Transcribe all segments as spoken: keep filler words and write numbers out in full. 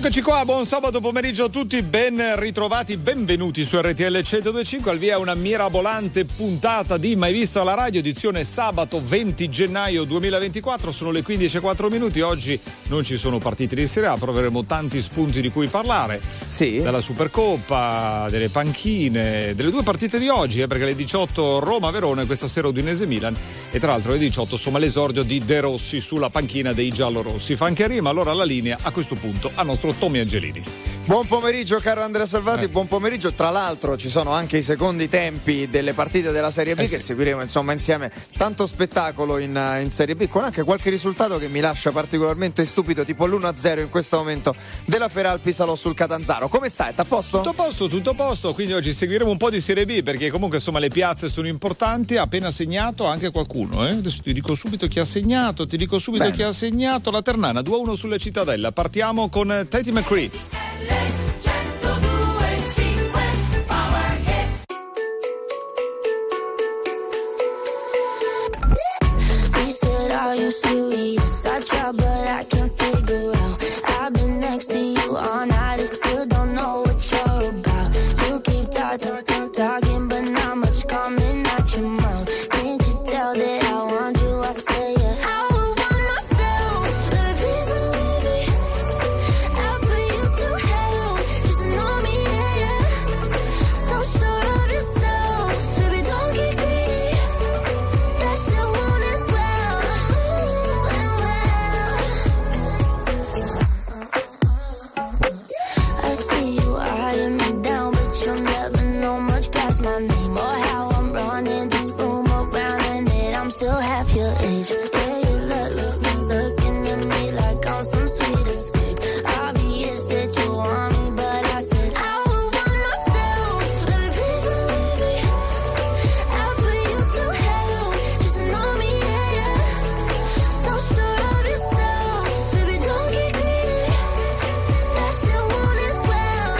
Eccoci qua, buon sabato pomeriggio a tutti, ben ritrovati, benvenuti su R T L centodue e cinque, al via una mirabolante puntata di Mai Visto alla Radio, edizione sabato venti gennaio duemilaventiquattro, sono le quindici e quattro minuti, oggi non ci sono partite di Serie A, però avremo tanti spunti di cui parlare, sì. Della Supercoppa, delle panchine, delle due partite di oggi, eh, perché alle diciotto Roma-Verona e questa sera Udinese-Milan e tra l'altro alle diciotto insomma l'esordio di De Rossi sulla panchina dei giallorossi. Fa anche rima, allora la linea a questo punto a nostro Tommy Angelini. Buon pomeriggio caro Andrea Salvati, eh. buon pomeriggio. Tra l'altro ci sono anche i secondi tempi delle partite della Serie B eh, che sì. seguiremo insomma insieme. Tanto spettacolo in, in Serie B, con anche qualche risultato che mi lascia particolarmente stupido, tipo l'uno a zero in questo momento della Feralpi Salò sul Catanzaro. Come stai? T'à posto? Tutto a posto, tutto a posto. Quindi oggi seguiremo un po' di Serie B, perché comunque insomma le piazze sono importanti. Ha appena segnato anche qualcuno, eh? Adesso ti dico subito chi ha segnato, ti dico subito Bene. chi ha segnato. La Ternana due a uno sulle Cittadella. Partiamo con Tati McCree. Serious, I try but I can't figure out. I've been next to you all night and still don't know what you're about. You keep talking, talking, but not much coming out your mouth. Can't you tell that I want you? I say yeah. I would want myself, let me please believe it. I'll put you through hell, just to know me, yeah, yeah. So sure of yourself, baby, don't get greedy. That shit won't end well. I see you eyeing me down, but you'll never know much past my name or how I'm running this room around and that I'm still half your age. Yeah, you look, look, look, looking at me like I'm some sweet escape. Obvious that you want me, but I said I would want myself. Let me please believe it. I'll put you through hell, just to know me, yeah, yeah. So sure of yourself, baby, don't get greedy. That shit won't end well.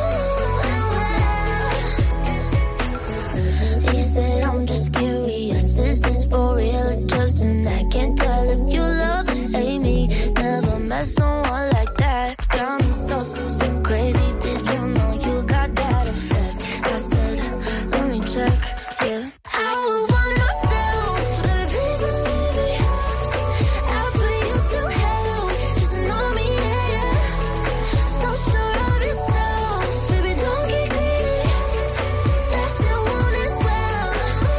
He said I'm just curious, is this for real or just an act? Can't tell if you love or hate me. Never met someone like that. Got me so, so, so crazy. Did you know you got that effect? I said, let me check, yeah. I would want myself, let me please believe it. I'll put you through hell, just to know me, yeah, yeah. So sure of yourself, baby, don't get greedy. That shit won't end well.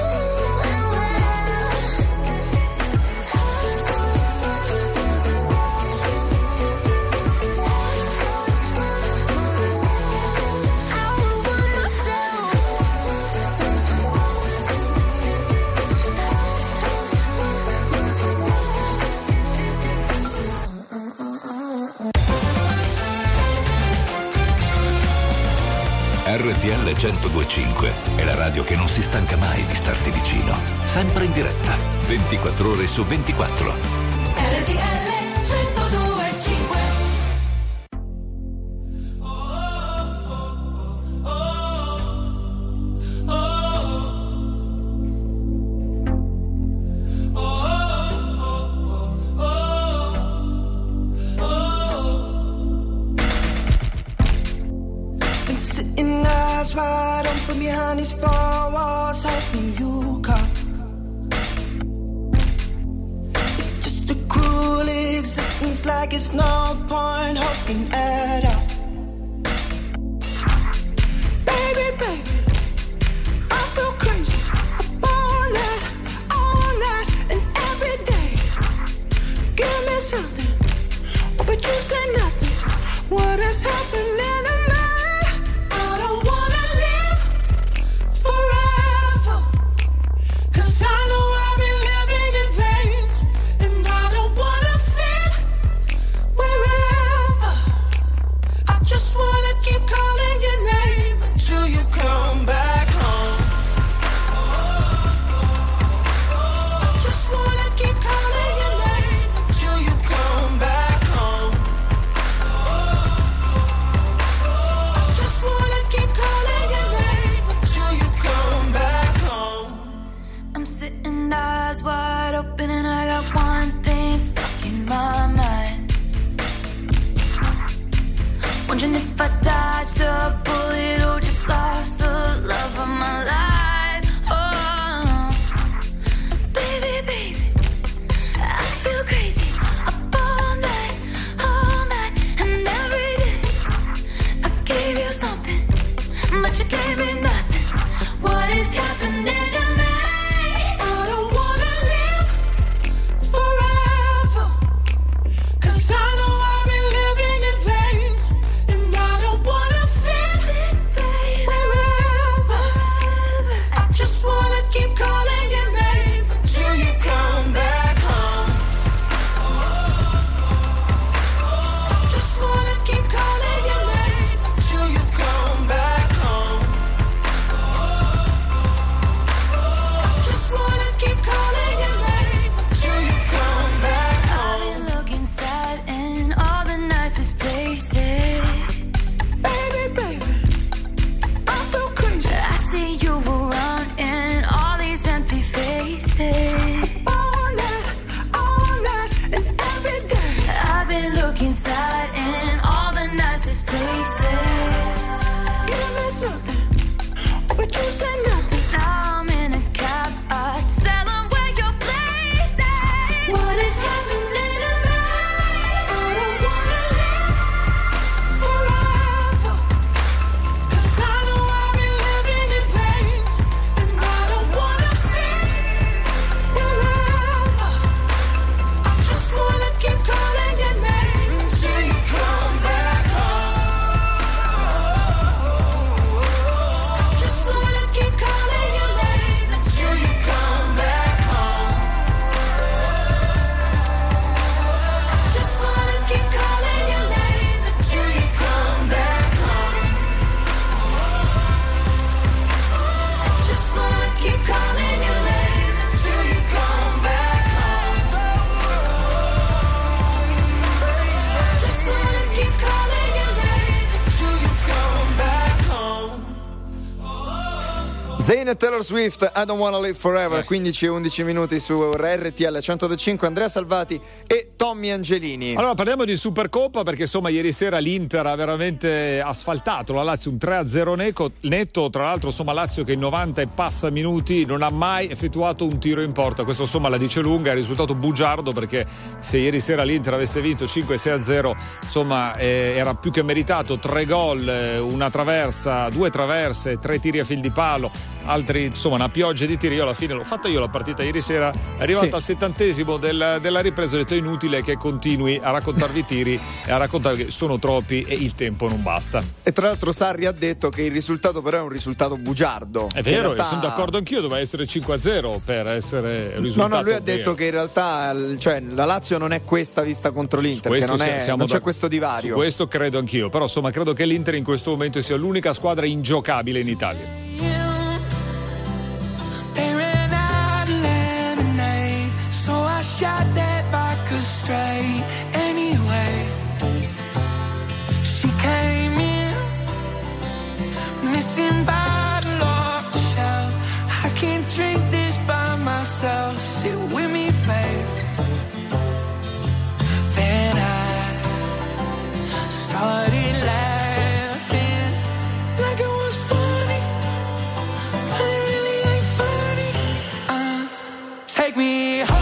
I would want myself. R T L centodue e cinque è la radio che non si stanca mai di starti vicino. Sempre in diretta, ventiquattro ore su ventiquattro. R T L centodue e cinque. Been sitting eyes wide open behind these four walls, hoping you come. It's just a cruel existence, like it's no point hoping at all. Baby, baby, I feel crazy. Up all night, all night, and every day. Give me something, oh, but you say nothing. What is happening to me? I don't wanna live forever, 'cause I know I've been living in vain, and I don't wanna fit wherever. Zayn e Taylor Swift, I Don't Wanna Live Forever, quindici e undici minuti su R T L centodue e cinque, Andrea Salvati e Tommy Angelini. Allora parliamo di Supercoppa, perché insomma ieri sera l'Inter ha veramente asfaltato la Lazio, un tre a zero netto. Tra l'altro insomma Lazio che in novanta e passa minuti non ha mai effettuato un tiro in porta, questo insomma la dice lunga. È il risultato bugiardo, perché se ieri sera l'Inter avesse vinto cinque sei a zero insomma eh, era più che meritato. Tre gol, eh, una traversa, due traverse, tre tiri a fil di palo, altri insomma una pioggia di tiri. Io alla fine l'ho fatta io la partita ieri sera, è arrivato sì. al settantesimo del, della ripresa, ho detto è inutile che continui a raccontarvi i tiri e a raccontarvi che sono troppi e il tempo non basta. E tra l'altro Sarri ha detto che il risultato però è un risultato bugiardo. È vero, realtà... sono d'accordo anch'io, doveva essere cinque a zero per essere un risultato. No, no, lui ha vero. detto che in realtà cioè, la Lazio non è questa vista contro l'Inter, che non, è, non c'è da... questo divario. Su questo credo anch'io, però insomma credo che l'Inter in questo momento sia l'unica squadra ingiocabile in Italia. Shot that vodka straight anyway. She came in missing bottle off the shelf. I can't drink this by myself. Sit with me, babe. Then I started laughing like it was funny, but it really ain't funny. Uh, take me home.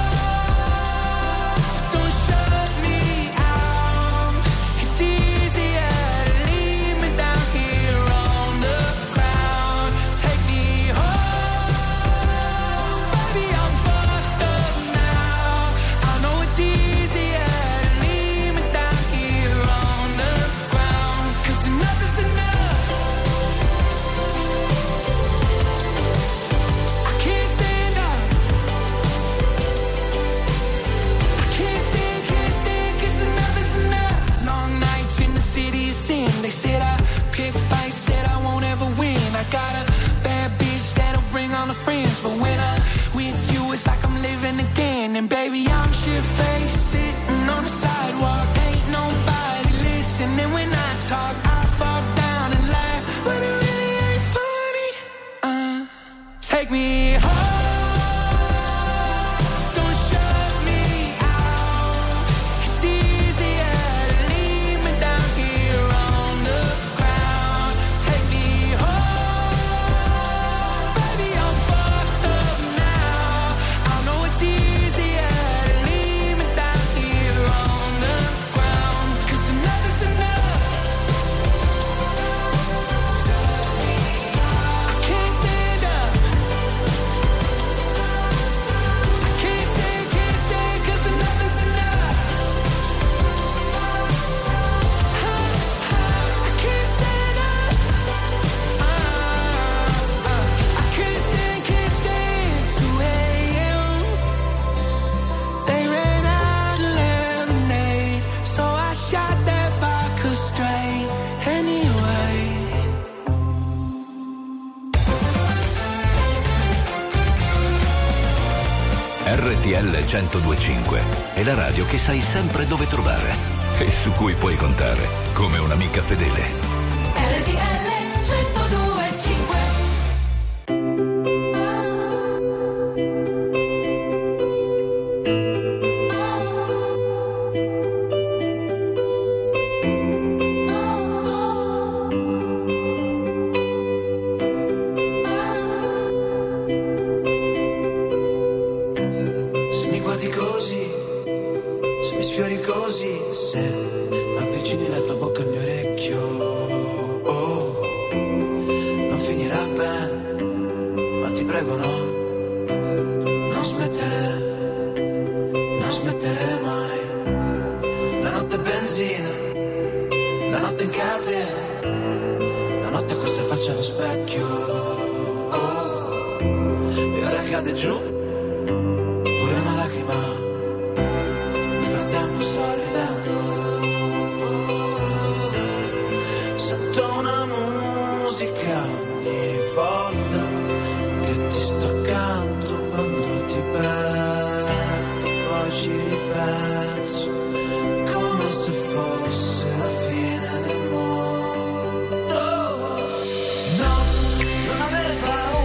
They said I pick fights, said I won't ever win. I got a bad bitch that'll bring all the friends, but when I'm with you, it's like I'm living again. And baby, I'm shit-faced, sitting on the sidewalk. Ain't nobody listening when I talk. I fall down and laugh, but it really ain't funny. Uh, take me home. R T L centodue e cinque è la radio che sai sempre dove trovare e su cui puoi contare come un'amica fedele. R T L centodue e cinque. Non avere paura.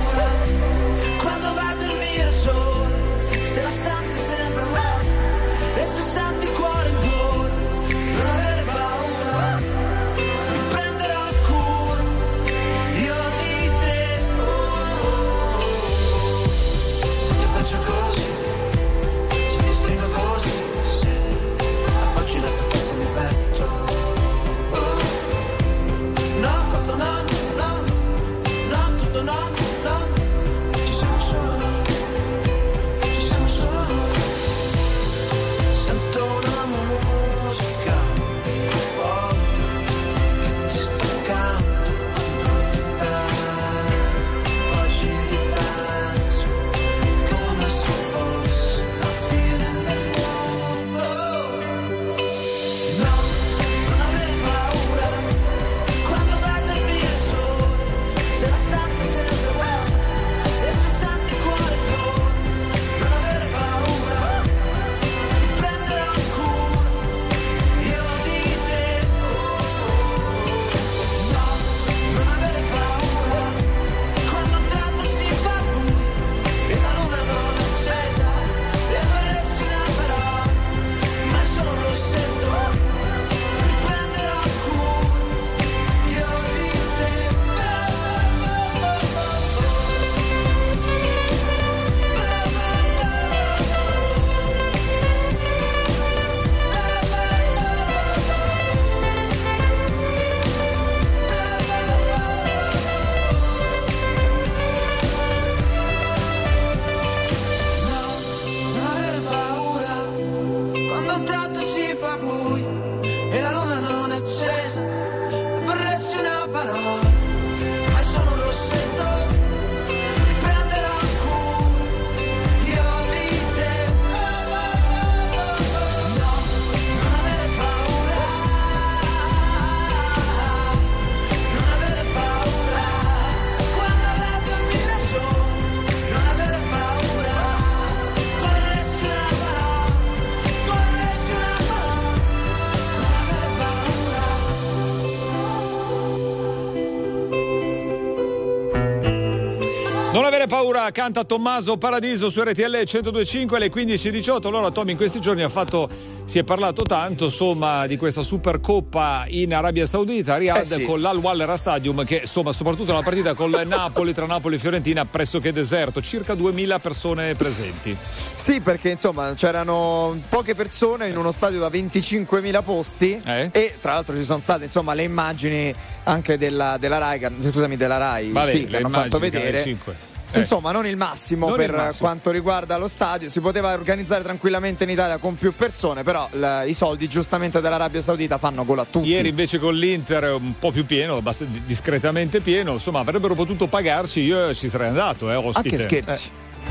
Ventura canta Tommaso Paradiso su R T L centodue e cinque alle quindici e diciotto. Allora Tommy in questi giorni ha fatto, si è parlato tanto insomma di questa Supercoppa in Arabia Saudita a Riyadh, eh sì. con l'Al Walera Stadium, che insomma soprattutto nella partita con Napoli, tra Napoli e Fiorentina, pressoché deserto, circa duemila persone presenti. Sì, perché insomma c'erano poche persone in uno stadio da venticinquemila posti eh? e tra l'altro ci sono state insomma le immagini anche della, della Rai, scusami della Rai, Vabbè, sì, che hanno fatto vedere. Eh. Insomma, non il massimo non per il massimo. quanto riguarda lo stadio. Si poteva organizzare tranquillamente in Italia con più persone, però l- i soldi giustamente dell'Arabia Saudita fanno gol a tutti. Ieri invece con l'Inter un po' più pieno, bast- discretamente pieno, insomma avrebbero potuto pagarci, io ci sarei andato, eh, ospite. Ah, che scherzi.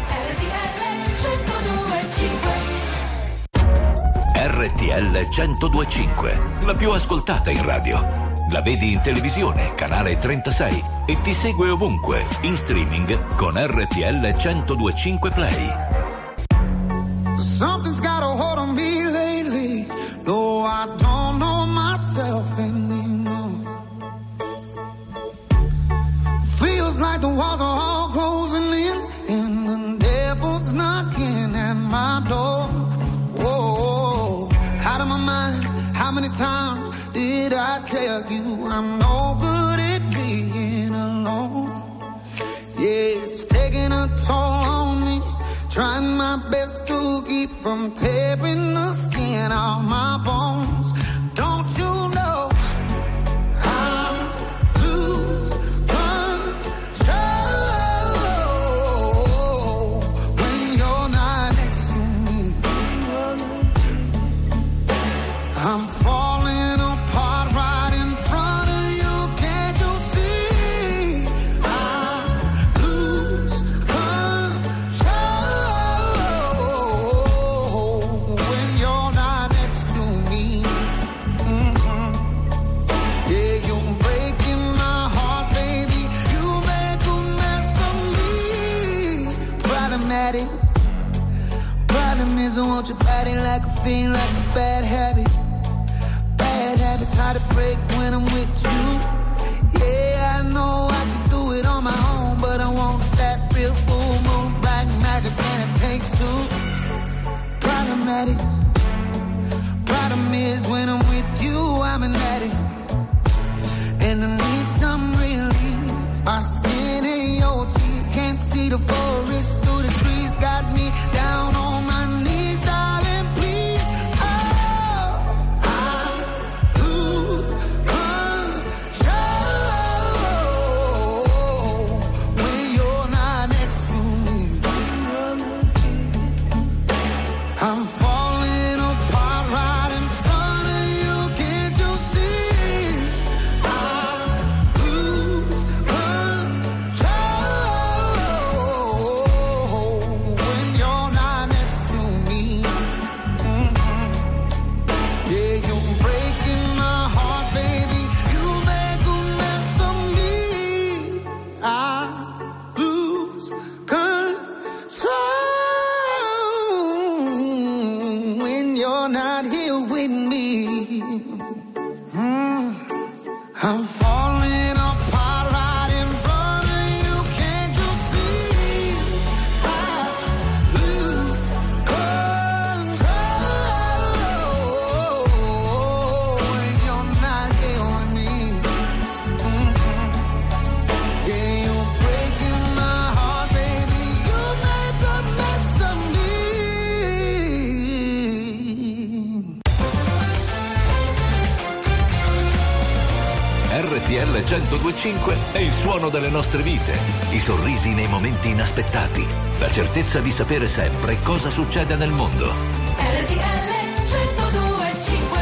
Eh. R T L centodue e cinque, la più ascoltata in radio. La vedi in televisione, canale trentasei, e ti segue ovunque, in streaming con R T L centodue e cinque Play. Something's got a hold on me lately. No, I don't know myself anymore. Feels like the walls are all closing in, and the devil's knocking at my door. Whoa, out of my mind, how many times did I tell you I'm no good at being alone? Yeah, it's taking a toll on me, trying my best to keep from tearing the skin off my bones. Don't you know I lose control when you're not next to me? I'm falling apart right in front of you. Can't you see? I lose control when you're not next to me. Mm-hmm. Yeah, you're breaking my heart, baby. You make a mess of me. Problematic. Problem is I want your body like a fiend, like a bad habit. Bad habits hard to break when I'm with you. Yeah, I know I can do it on my own, but I want that real full moon, black magic, and it takes two. Problematic. Problem is when I'm with you, I'm an addict, and I need some relief. My skin and your teeth, can't see the forest through the trees, got me down on my knees, darling, please. Oh, I lose control when you're not next to me. I'm falling apart right in front of you. Can't you see? I lose control when you're not next to me. Mm-hmm. Yeah, you're breaking my heart, baby. You make a mess of me. I lose control when you're not here with me. Mm. I'm falling apart right in front of you. Can't you see? I lose control when you're not here with me. Mm-hmm. Yeah, you're breaking my heart, baby. You make a mess of me. R T L centodue e cinque è il suono delle nostre vite, i sorrisi nei momenti inaspettati, la certezza di sapere sempre cosa succede nel mondo. R T L centodue e cinque.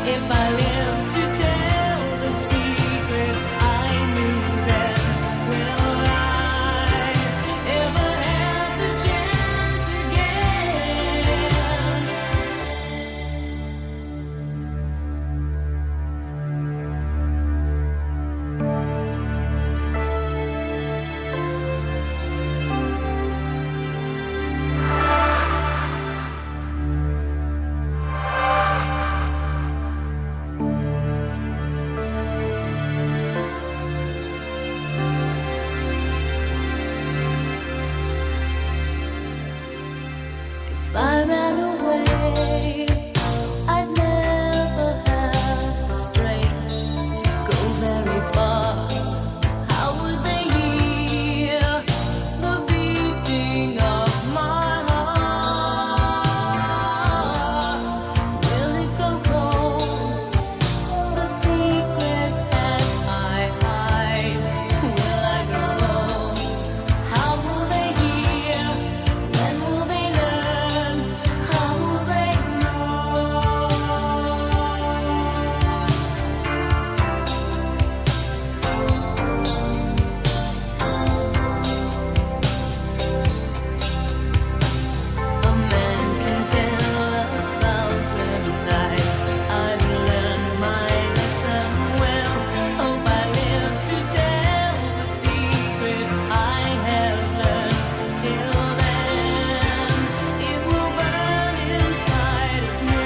If I live to tell the secret I knew then, will I ever have the chance again? If I ran away, I'd never have the strength to go very far. How would they hear the beating of my heart? Will it go cold, the secret that I hide? Will I grow old? How will they hear? When will they learn? How will they A man can tell a thousand lies. I've learned my lesson well. Hope I live to tell the secret I have learned. Till then, it will burn inside of me.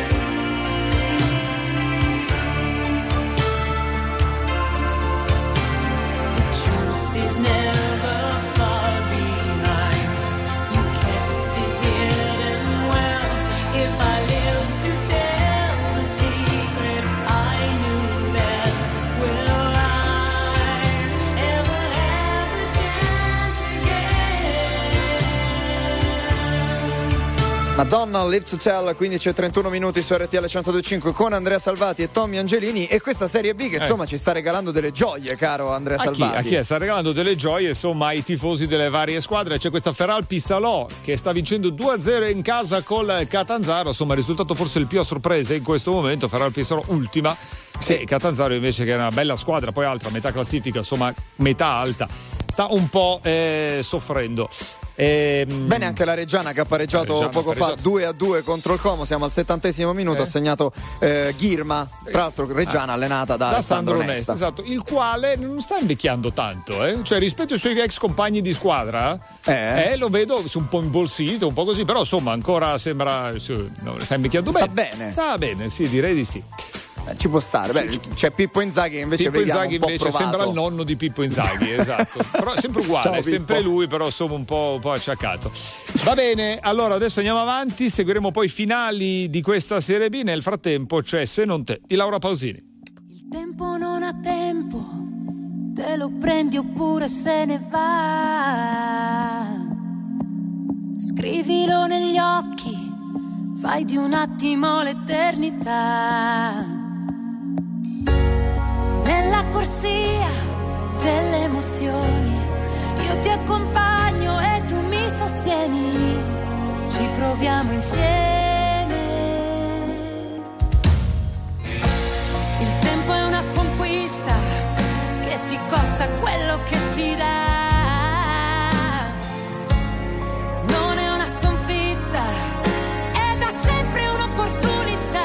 The truth is never far behind. You kept it hidden well. If I live to tell the secret I knew then, will I ever have the chance again? Madonna, Live to Tell, quindici e trentuno minuti su R T L centodue e cinque con Andrea Salvati e Tommy Angelini, e questa Serie B che insomma ci sta regalando delle gioie, caro Andrea A chi? Salvati. A chi è? Sta regalando delle gioie, insomma, ai tifosi delle varie squadre. C'è questa Feralpi Salò che sta vincendo due a zero in casa col Catanzaro, insomma, il risultato forse il più a sorpresa in questo momento. Feralpi Salò ultima, sì. E Catanzaro invece, che era una bella squadra, poi altra, metà classifica, insomma, metà alta, sta un po' eh, soffrendo. Ehm, Bene anche la Reggiana che ha pareggiato Reggiana poco ha pareggiato. fa due a due contro il Como. Siamo al settantesimo minuto, Eh. ha segnato eh, Ghirma, tra l'altro Reggiana allenata da, da Sandro Nesta. Nesta, esatto, il quale non sta invecchiando tanto, eh? Cioè rispetto ai suoi ex compagni di squadra, Eh. eh, lo vedo un po' imbolsito, un po' così, però insomma ancora sembra, sì, no, sta invecchiando Sta bene. bene. Sta bene, sì, direi di sì. Eh, ci può stare. Beh, c'è Pippo Inzaghi che invece Pippo vediamo Inzaghi un po' invece provato. sembra il nonno di Pippo Inzaghi, esatto. Però è sempre uguale, Ciao, è sempre Pippo. lui, però insomma un po', un po' acciaccato. Va bene, allora adesso andiamo avanti, seguiremo poi i finali di questa Serie B. Nel frattempo c'è Se non te di Laura Pausini. Il tempo non ha tempo, te lo prendi oppure se ne va. Scrivilo negli occhi, fai di un attimo l'eternità. Nella corsia delle emozioni io ti accompagno e tu mi sostieni, ci proviamo insieme. Il tempo è una conquista che ti costa quello che ti dà. Non è una sconfitta, è da sempre un'opportunità.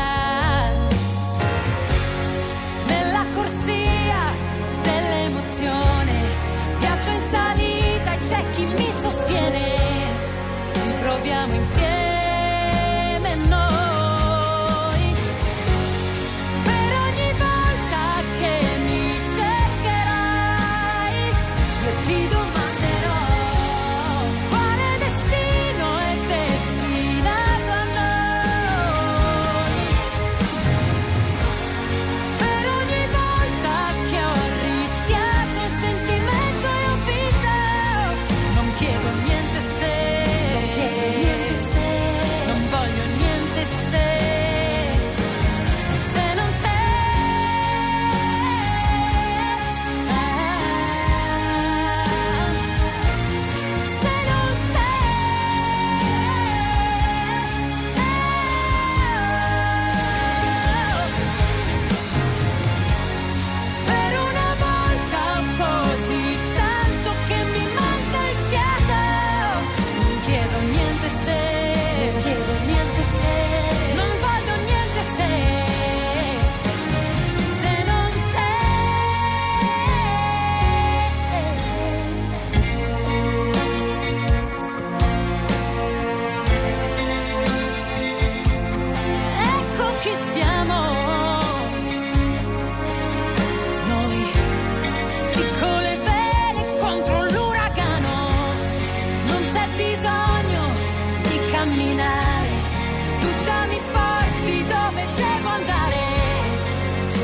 Nella corsia dell'emozione viaggio in salita e c'è chi mi sostiene, ci proviamo insieme.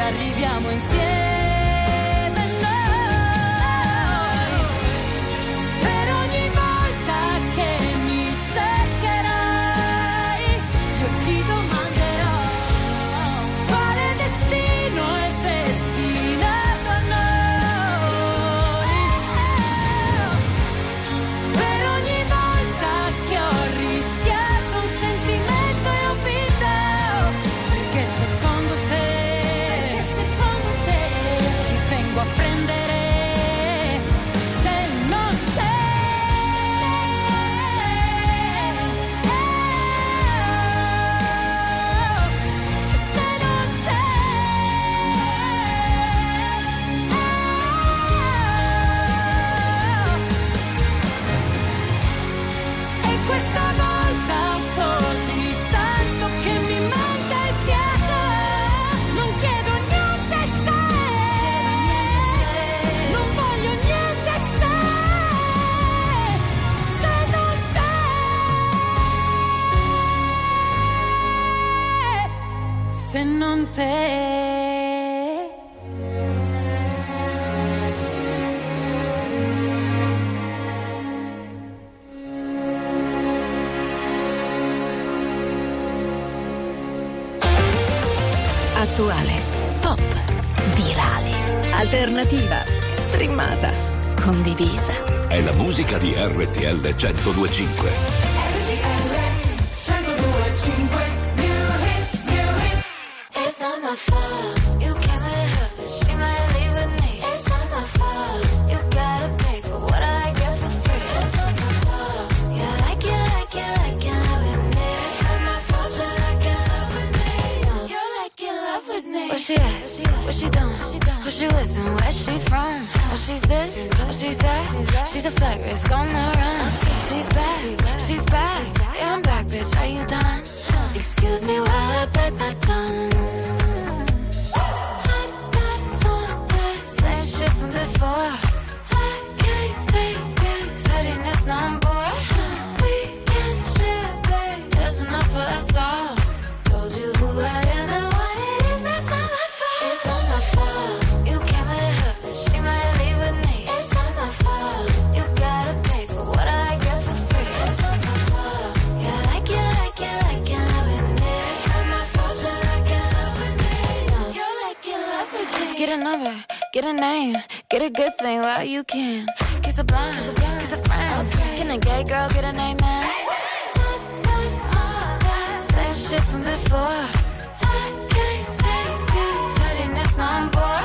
arriviamo insieme noi. Per ogni volta che mi cercherai, io ti domanderò quale destino è destinato a noi. Per ogni volta che ho rischiato un sentimento e ho vinto, perché secondo te, perché secondo te ti vengo a prendere, se non te, se non te. E questa volta così tanto che mi manca il fiato, non chiedo niente se, non voglio niente se, se non te, se non te. Attuale, pop, virale, alternativa, streamata, condivisa. È la musica di R T L centodue e cinque. It's not my fault. You came with her, but she might leave with me. It's not my fault. You gotta pay for what I get for free. It's not my fault. You like it, like it, like it, love with me. It's not my fault. You like it, love with me. You like it, love with me. Where she at? What she doing? Who she with and where she from? Oh, she's this, oh, she's that. She's a flight risk on the run. She's back, she's back. Yeah, I'm back, bitch. Are you done? Excuse me while I bite my tongue. I'm not on that same shit from before. I can't take it. Steadiness on board. We can share, babe. There's enough for us all. Told you who I am and what it is. That's not my fault. It's not my fault. You came with her, but she might leave with me. It's not my fault. You gotta pay for what I get for free. It's not my fault. You like it, like it, like it, love with me. It's not my fault. You like it, love with me. You like it, love with me. Get a number, get a name, get a good thing while you can. Kiss a blind, kiss a friend. Can a gay girl get a name, man? Same shit from before. I can't take it. Steadiness on board.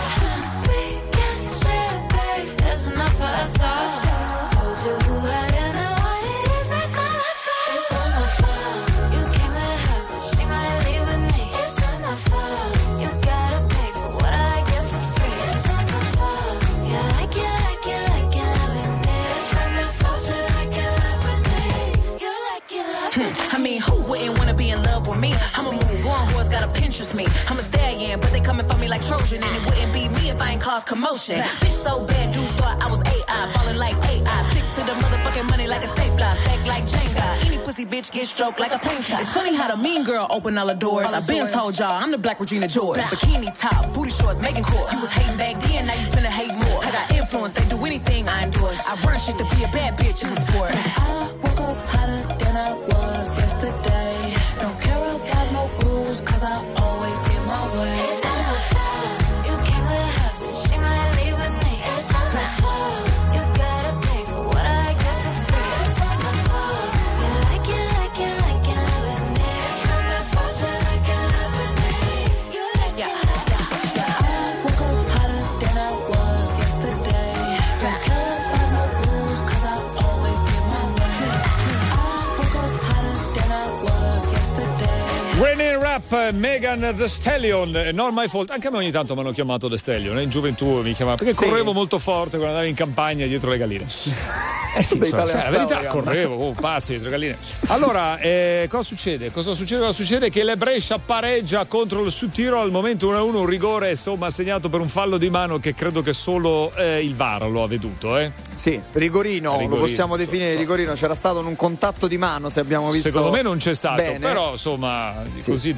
We can share, babe. There's enough for us all. Told you who I am and what it is. That's not my fault. It's not my fault. You came with her, but she might leave with me. It's not my fault. You gotta pay for what I get for free. It's not my fault. You like it, like it, like it, love with me. It's not my fault. You like it, love with me. You like it, love with me. I mean, who wouldn't wanna be in love with me? I'm a move on, who's gotta Pinterest me. I'm a stallion, but they coming for me like Trojan. And it wouldn't be me if I ain't cause commotion. Bitch so bad, dudes thought I was A I, falling like A I. Stick to the motherfucking money like a stapler, stack like Jenga. Any pussy bitch get stroked like a painter. It's funny how the mean girl open all the doors. I been told y'all I'm the Black Regina George. Bikini top, booty shorts, making court. You was hating back then, now you finna hate more. I got influence, they do anything I endorse. I run shit to be a bad bitch in the sport. I woke up hotter than I was yesterday. Don't care about no rules, cause I always get my way. It's not my fault. You came with her, but she might leave with me. It's not my fault. You gotta pay for what I get for free. It's not my fault. You like it, like it, like it, love with me. It's not my fault. You like it, love with me. You like it, love with me. I woke up hotter than I was yesterday. Don't care about no rules, cause I always get my way. I woke up hotter than I was yesterday. When in Rap, Megan Thee Stallion, Not My Fault. Anche a me ogni tanto mi hanno chiamato The Stallion, in gioventù mi chiamavano, perché Sì. correvo molto forte quando andavo in campagna dietro le galline. Eh sì, Dei insomma, sai, la verità, paleostauri, correvo, oh, pazzi dietro le galline. Allora, eh, cosa succede? Cosa succede? Cosa succede? Che le Brescia pareggia contro il Südtirol al momento uno a uno, un rigore insomma segnato per un fallo di mano che credo che solo eh, il V A R lo ha veduto, eh? Sì, rigorino, Rigorino, lo possiamo definire so, rigorino. C'era stato un contatto di mano, se abbiamo visto. Secondo me non c'è stato, bene. però insomma Sì. così dicono.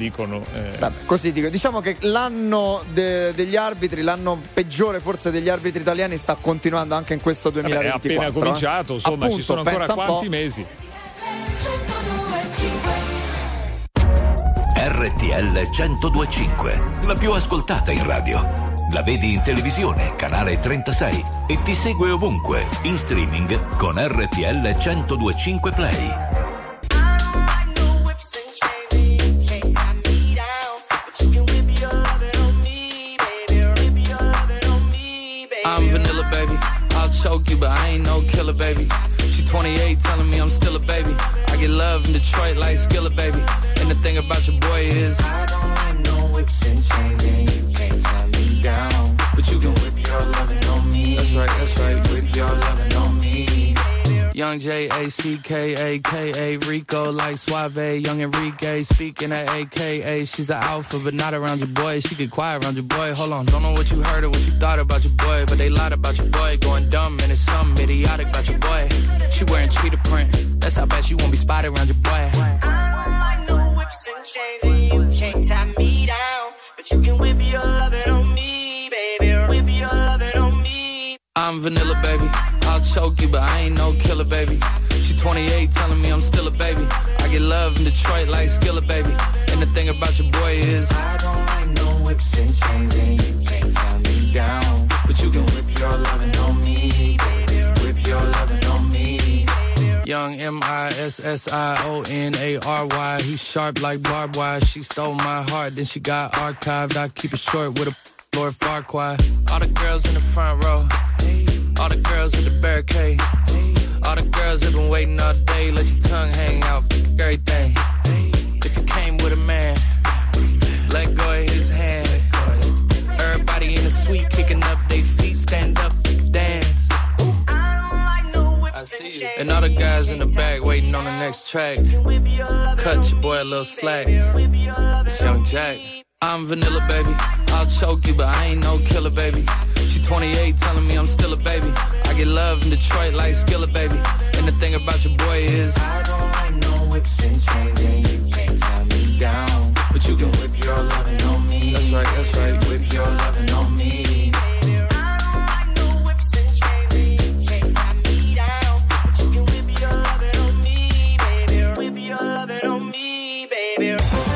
dicono. Eh. Vabbè, così dico, diciamo che l'anno de- degli arbitri, l'anno peggiore forse degli arbitri italiani sta continuando anche in questo duemilaventiquattro. Vabbè, è appena cominciato, eh? insomma. Appunto, ci sono ancora pensa un quanti po'. mesi? R T L centodue e cinque, la più ascoltata in radio. La vedi in televisione, canale trentasei, e ti segue ovunque, in streaming con R T L centodue e cinque Play. I'm vanilla, baby. I'll choke you, but I ain't no killer, baby. She twenty-eight, telling me I'm still a baby. I get love in Detroit like Skillet, baby. And the thing about your boy is I don't like no whips and chains, and you can't tie me down. But you can whip your lovin' on me. That's right, that's right. Whip your lovin' on me. Young J A C K A K A Rico like Suave. Young Enrique speaking at A K A. She's an alpha, but not around your boy. She get quiet around your boy. Hold on, don't know what you heard or what you thought about your boy, but they lied about your boy. Going dumb and it's something idiotic about your boy. She wearing cheetah print. That's how bad she won't be spotted around your boy. I don't like no whips and chains, and you can't tie me down. But you can whip your lovin' on me, baby. Whip your lovin' on me. I'm vanilla, baby. I'll choke you, but I ain't no killer, baby. She twenty-eight, telling me I'm still a baby. I get love in Detroit like Skillet, baby. And the thing about your boy is I don't like no whips and chains, and you can't tie me down. But you can whip your lovin' on me, baby. Whip your lovin' on me. Young M I S S I O N A R Y. He's sharp like barbed wire. She stole my heart, then she got archived. I keep it short with a Lord Farquaad. All the girls in the front row. All the girls at the barricade. All the girls have been waiting all day. Let your tongue hang out, everything. If you came with a man, let go of his hand. Everybody in the suite kicking up their feet. Stand up, dance. I see you. And all the guys in the back waiting on the next track. Cut your boy a little slack. It's Young Jack. I'm vanilla, baby. I'll choke you, but I ain't no killer, baby. She twenty-eight, telling me I'm still a baby. I get love in Detroit like Skillet, baby. And the thing about your boy is I don't like no whips and chains, and you can't tie me down. But you can whip your lovin' on me. That's right, that's right. Whip your lovin' on me. I don't like no whips and chains, and you can't tie me down. But you can whip your lovin' on me, baby. Whip your lovin' on me, baby.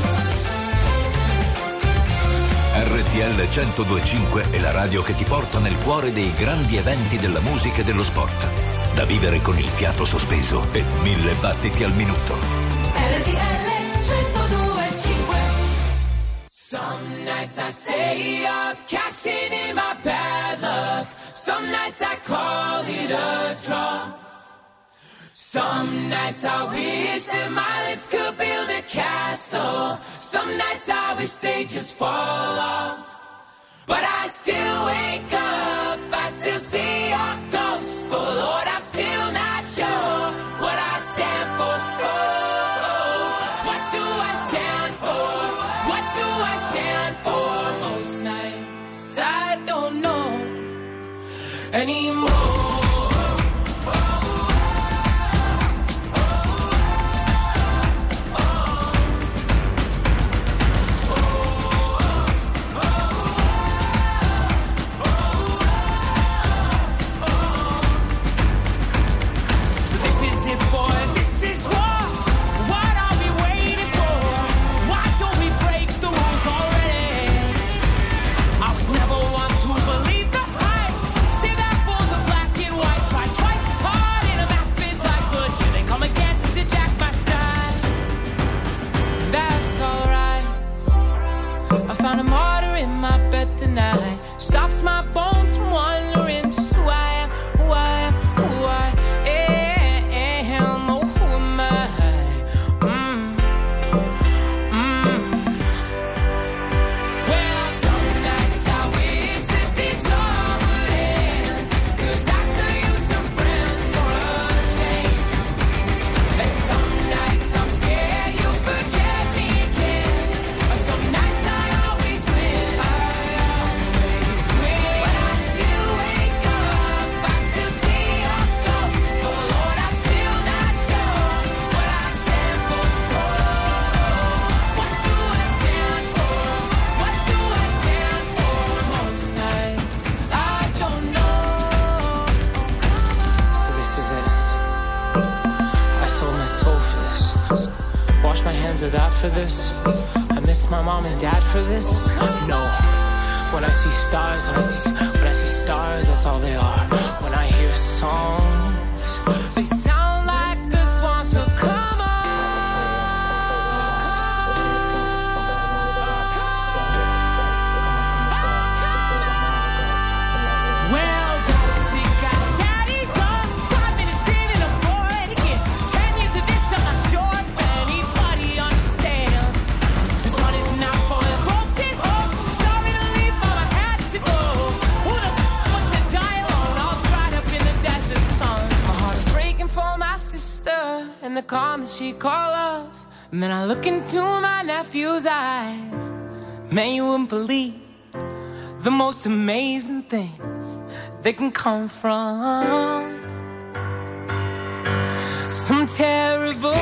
R T L centodue e cinque è la radio che ti porta nel cuore dei grandi eventi della musica e dello sport. Da vivere con il fiato sospeso e mille battiti al minuto. R T L centodue e cinque. Some nights I stay up, cashing in my bad luck. Some nights I call it a draw. Some nights I wish that my lips could build a castle. Some nights I wish they just fall off. But I still wake up, I still see your ghost. Oh Lord, I'm still not sure what I stand for. Oh, what do I stand for? What do I stand for? Most nights I don't know anymore. Never want to believe the hype. Stay there for the of that for this? I miss my mom and dad for this? No. When I see stars, when I see, when I see stars, that's all they are. When I hear songs, they sound like a swan, so come on. Well, Dusty got daddy's on. Five minutes in and I'm bored again. Ten years of this, I'm not sure if anybody understands. This one is not for the folks at home. Sorry to leave, but I had to go. Who the f*** wants to die alone? All dried up in the desert sun. My heart is breaking for my sister and the calm that she call love. And then I look into my nephew's eyes. Man, you wouldn't believe the most amazing things that can come from some terrible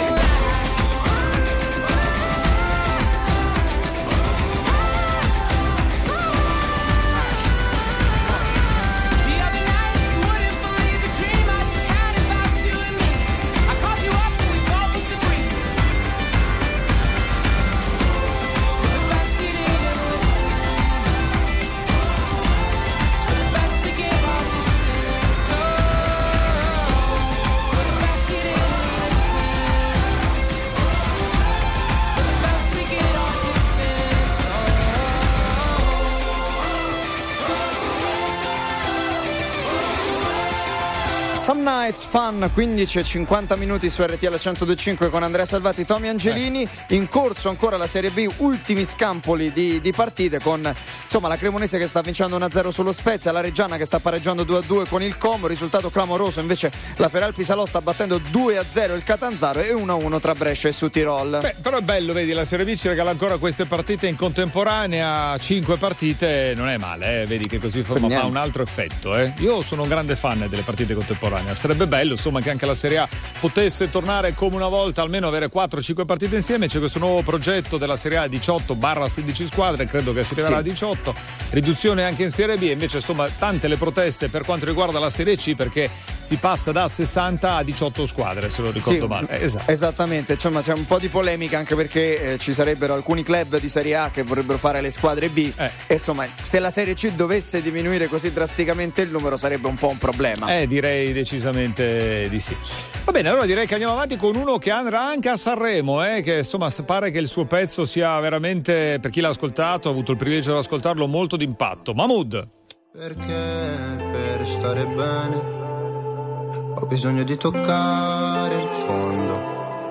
Some Nights Fun, quindici e cinquanta minuti su R T L centodue e cinque con Andrea Salvati, Tommy Angelini. In corso ancora la Serie B, ultimi scampoli di, di partite con insomma la Cremonese che sta vincendo uno a zero sullo Spezia, la Reggiana che sta pareggiando due a due con il Como, risultato clamoroso invece la Feralpi Salò sta battendo due a zero il Catanzaro e uno a uno tra Brescia e Südtirol. Beh, però è bello, vedi, la Serie B ci regala ancora queste partite in contemporanea, cinque partite, non è male, eh? Vedi che così fa, fa un altro effetto. Eh? Io sono un grande fan delle partite contemporanee. Sarebbe bello insomma che anche la Serie A potesse tornare come una volta, almeno avere quattro cinque partite insieme. C'è questo nuovo progetto della Serie A diciotto sedici squadre, credo che si arriverà sì. a diciotto, riduzione anche in Serie B. Invece insomma tante le proteste per quanto riguarda la Serie C, perché si passa da sessanta a diciotto squadre, se lo ricordo sì, male. Eh, esatto. Esattamente, insomma c'è un po' di polemica anche perché eh, ci sarebbero alcuni club di Serie A che vorrebbero fare le squadre B eh. e insomma se la Serie C dovesse diminuire così drasticamente il numero sarebbe un po' un problema. Eh direi decisamente di sì. Va bene, allora direi che andiamo avanti con uno che andrà anche a Sanremo, eh, che insomma pare che il suo pezzo sia veramente, per chi l'ha ascoltato, ha avuto il privilegio di ascoltarlo, molto d'impatto. Mahmood. Perché per stare bene ho bisogno di toccare il fondo.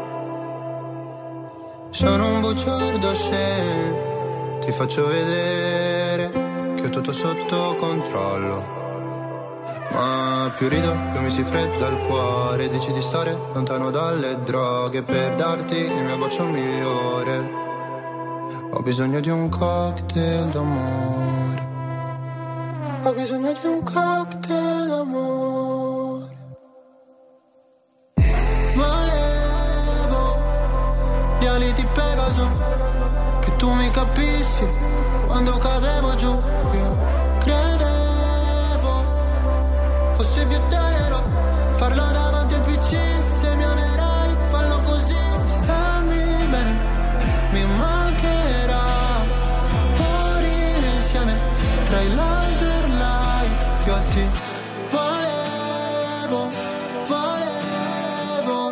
Sono un bugiardo se ti faccio vedere che ho tutto sotto controllo. Ma più rido, più mi si fredda il cuore. Dici di stare lontano dalle droghe per darti il mio bacio migliore. Ho bisogno di un cocktail d'amore. Ho bisogno di un cocktail d'amore. Volevo gli ali di Pegaso, che tu mi capissi quando cadevo giù. Io credevo fosse più tenero farlo davanti al P C. Se mi amerai fallo così. Stammi bene, mi mancherà morire insieme tra i laser light. Io a te volevo, volevo,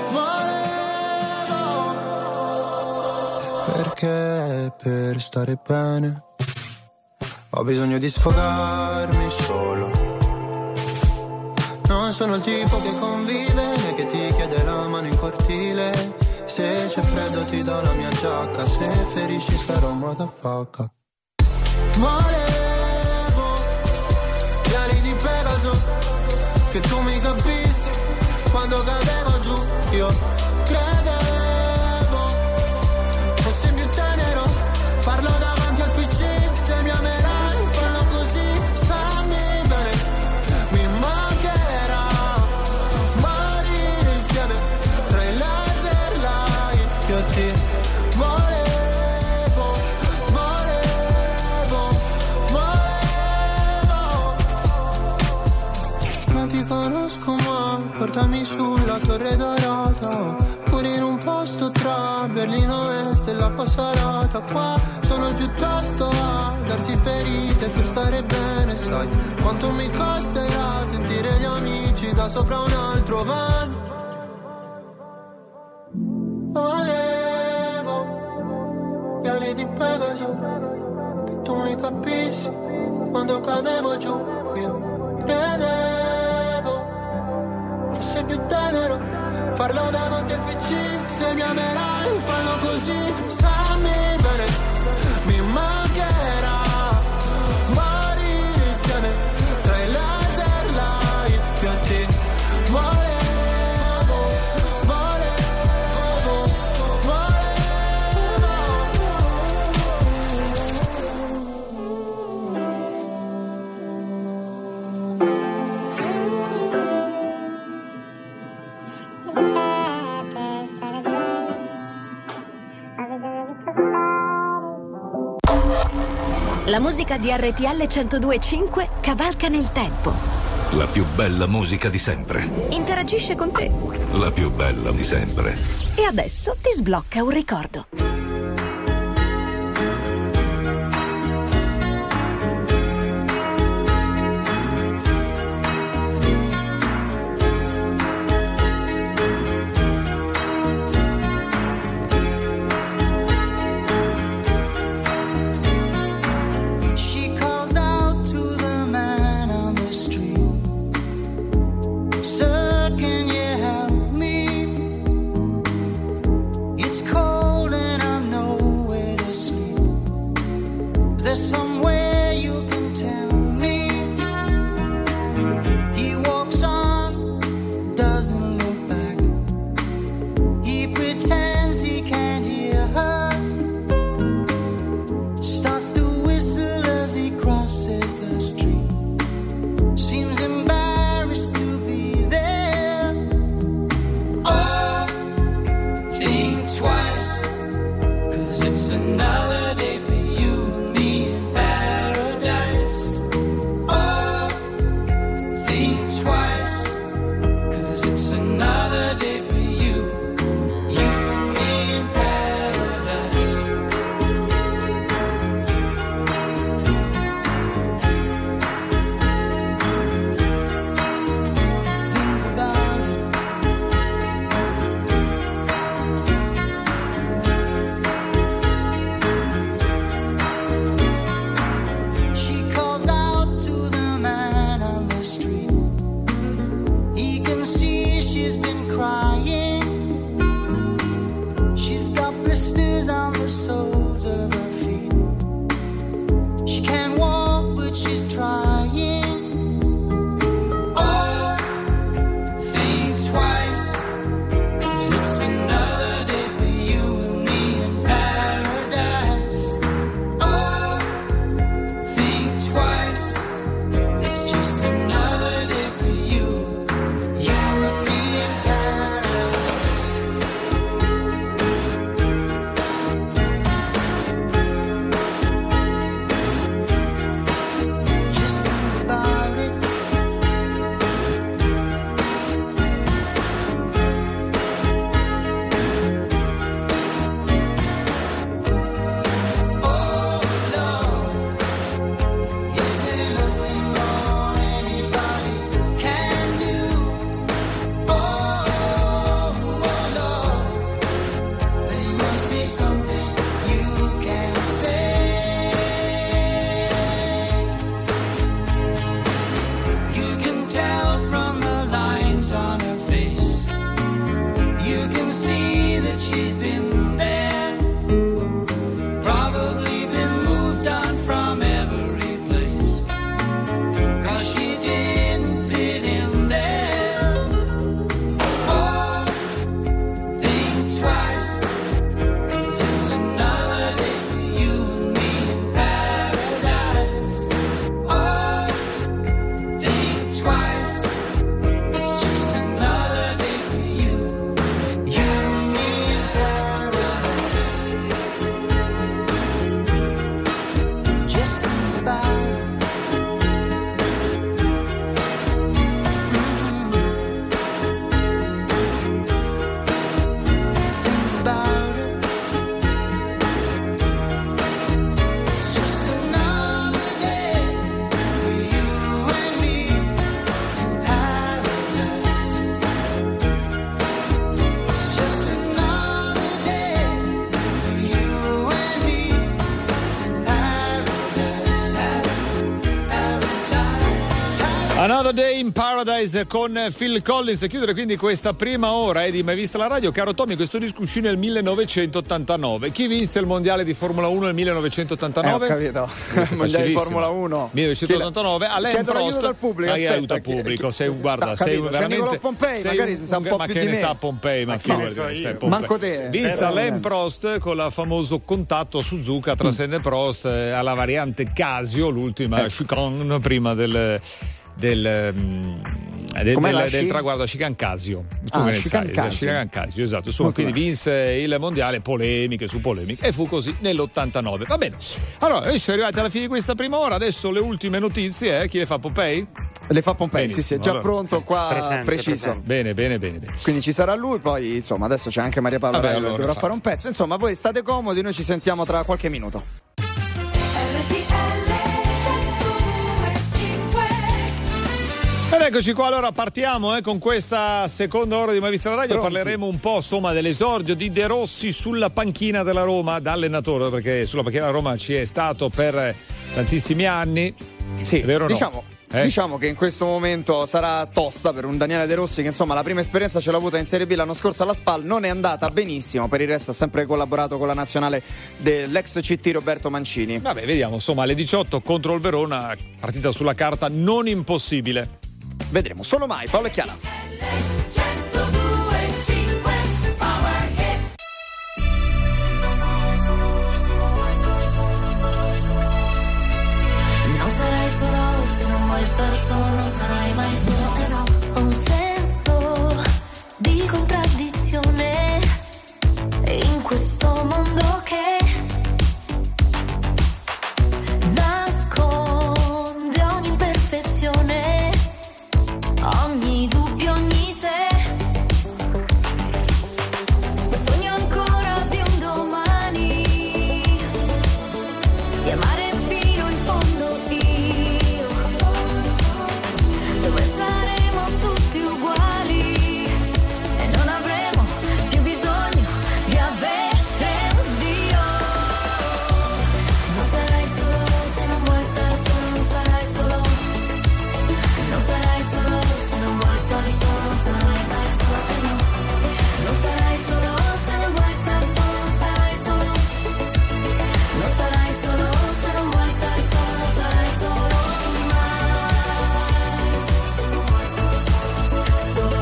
volevo. Perché per stare bene ho bisogno di sfogarmi solo. Non sono il tipo che convive né che ti chiede la mano in cortile. Se c'è freddo ti do la mia giacca, se ferisci sarò motherfucker. Volevo gli ali di Pegaso, che tu mi capissi quando cadevo giù. Io credevo fosse più tenero farlo davanti al P C. Se mi amerai fallo così. Stammi bene, mi mancherà morire insieme tra i laser light. Io ti volevo, volevo, volevo. Non ti conosco ma portami sulla Torre Dorata, pure in un posto tra Berlino una serata qua, sono piuttosto a darsi ferite per stare bene, sai quanto mi costerà sentire gli amici da sopra un altro van. Volevo gli ali di Pegaso, che tu mi capissi quando cadevo giù. Io credevo fosse più tenero farlo davanti al P C. Se mi amerai fallo così, stammi bene, mi mancherà morire insieme tra i laser light più a te. Volevo, volevo, La musica di R T L centodue e cinque cavalca nel tempo. La più bella musica di sempre. Interagisce con te. La più bella di sempre. E adesso ti sblocca un ricordo. It's cold and I'm Another Day in Paradise con Phil Collins. E chiudere quindi questa prima ora eh, di Mai Vista la Radio. Caro Tommy, questo disco uscì nel millenovecentottantanove. Chi vinse il mondiale di Formula uno nel millenovecentottantanove? Eh, ho capito. Il mondiale di Formula uno. millenovecentottantanove. Alain Chiedo l'aiuto Prost. dal pubblico. Ma aspetta, aiuta il pubblico. Sei un guarda, no, sei capito, un c'è veramente. Nicolò Pompei, sei magari un, sa un po' ma più che di ne me. sa Pompei, ma Ma figurati, che ne so ne io. sai Pompei. Manco te. Vinse Eh, Alain Prost con la famoso contatto a Suzuka tra Senna e Prost eh, alla variante Casio, l'ultima Ecco. chicane prima del del, um, del, Com'è la del, del sci? traguardo a Chicancasio. Tu Ah, che ne sai? Chicancasio. Chicancasio, esatto. Insomma, Molto quindi vinse il mondiale, polemiche su polemiche, e fu così nell'ottantanove. Va bene. Allora, adesso siamo arrivati alla fine di questa prima ora. Adesso le ultime notizie, eh? Chi le fa, Pompei? Le fa Pompei, Benissimo, sì, sì, è già allora. pronto qua, Presente, preciso. presente. Bene, bene, bene, bene. Quindi ci sarà lui, poi insomma adesso c'è anche Maria Paola Vabbè, Rai che allora, dovrà infatti. fare un pezzo. Insomma, voi state comodi, noi ci sentiamo tra qualche minuto. Ed eccoci qua, allora partiamo eh, con questa seconda ora di Mai Vista la Radio. Pronti. Parleremo un po' insomma dell'esordio di De Rossi sulla panchina della Roma da allenatore, perché sulla panchina della Roma ci è stato per tantissimi anni. Sì, è vero o no? diciamo, Eh? diciamo che in questo momento sarà tosta per un Daniele De Rossi che insomma la prima esperienza ce l'ha avuta in Serie B l'anno scorso alla Spal, non è andata benissimo, per il resto ha sempre collaborato con la nazionale dell'ex C T Roberto Mancini. Vabbè, vediamo, insomma alle diciotto contro il Verona, partita sulla carta non impossibile. Vedremo, solo mai, Paolo e Chiara. Non sarai solo se non vuoi stare solo, non sarai mai solo, eh no. Ho un senso di contraddizione in questo mondo che nasconde ogni imperfezione, ogni dubbio, ogni se. Ma sogno ancora di un domani, di amare fino in fondo io, dove saremo tutti uguali e non avremo più bisogno di avere un Dio. Non sarai solo se non vuoi stare solo, non sarai solo. Non sarai solo se non vuoi stare solo, non sarai mai solo, eh no. Non sarai solo se non vuoi stare solo, non sarai solo. Non sarai solo se non vuoi stare solo, non sarai solo mai. Solo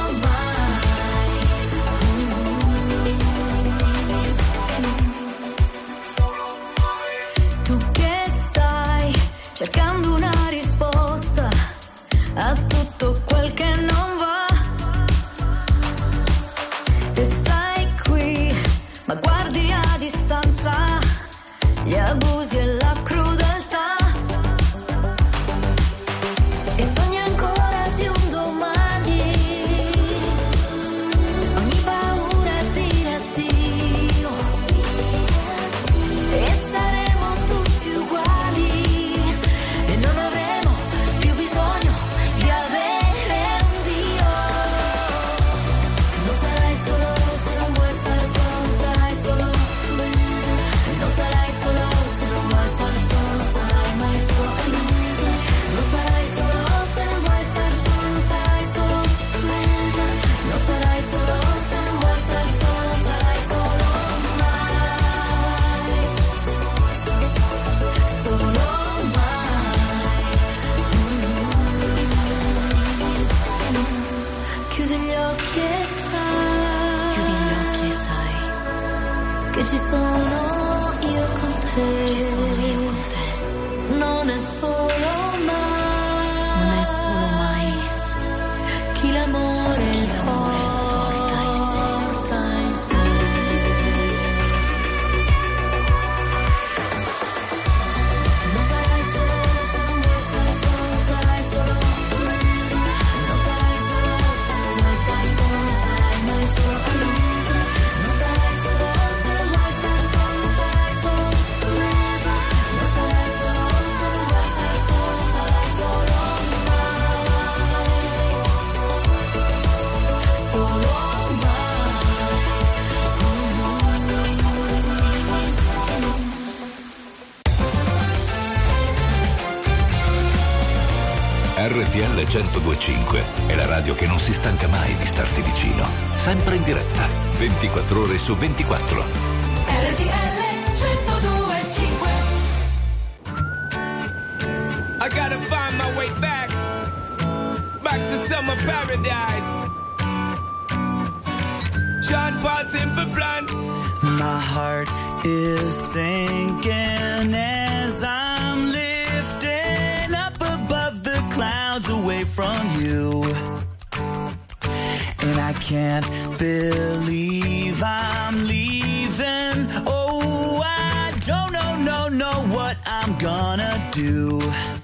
mai. Tu che stai cercando una risposta a tutto quel che non va, e sei qui, ma guardi a distanza gli abusi e la crudeltà, e sogni ancora di un domani, ogni paura è dire addio, e saremo tutti uguali e non avremo più bisogno di avere R T L centodue e cinque è la radio che non si stanca mai di starti vicino. Sempre in diretta, ventiquattro ore su ventiquattro. R T L centodue e cinque. I gotta find my way back, back to summer paradise. John Paul Simple Plan. My heart is sinking as I'm lifting up above the clouds away from you. And I can't believe I'm leaving. Oh, I don't know, no, know what I'm gonna do.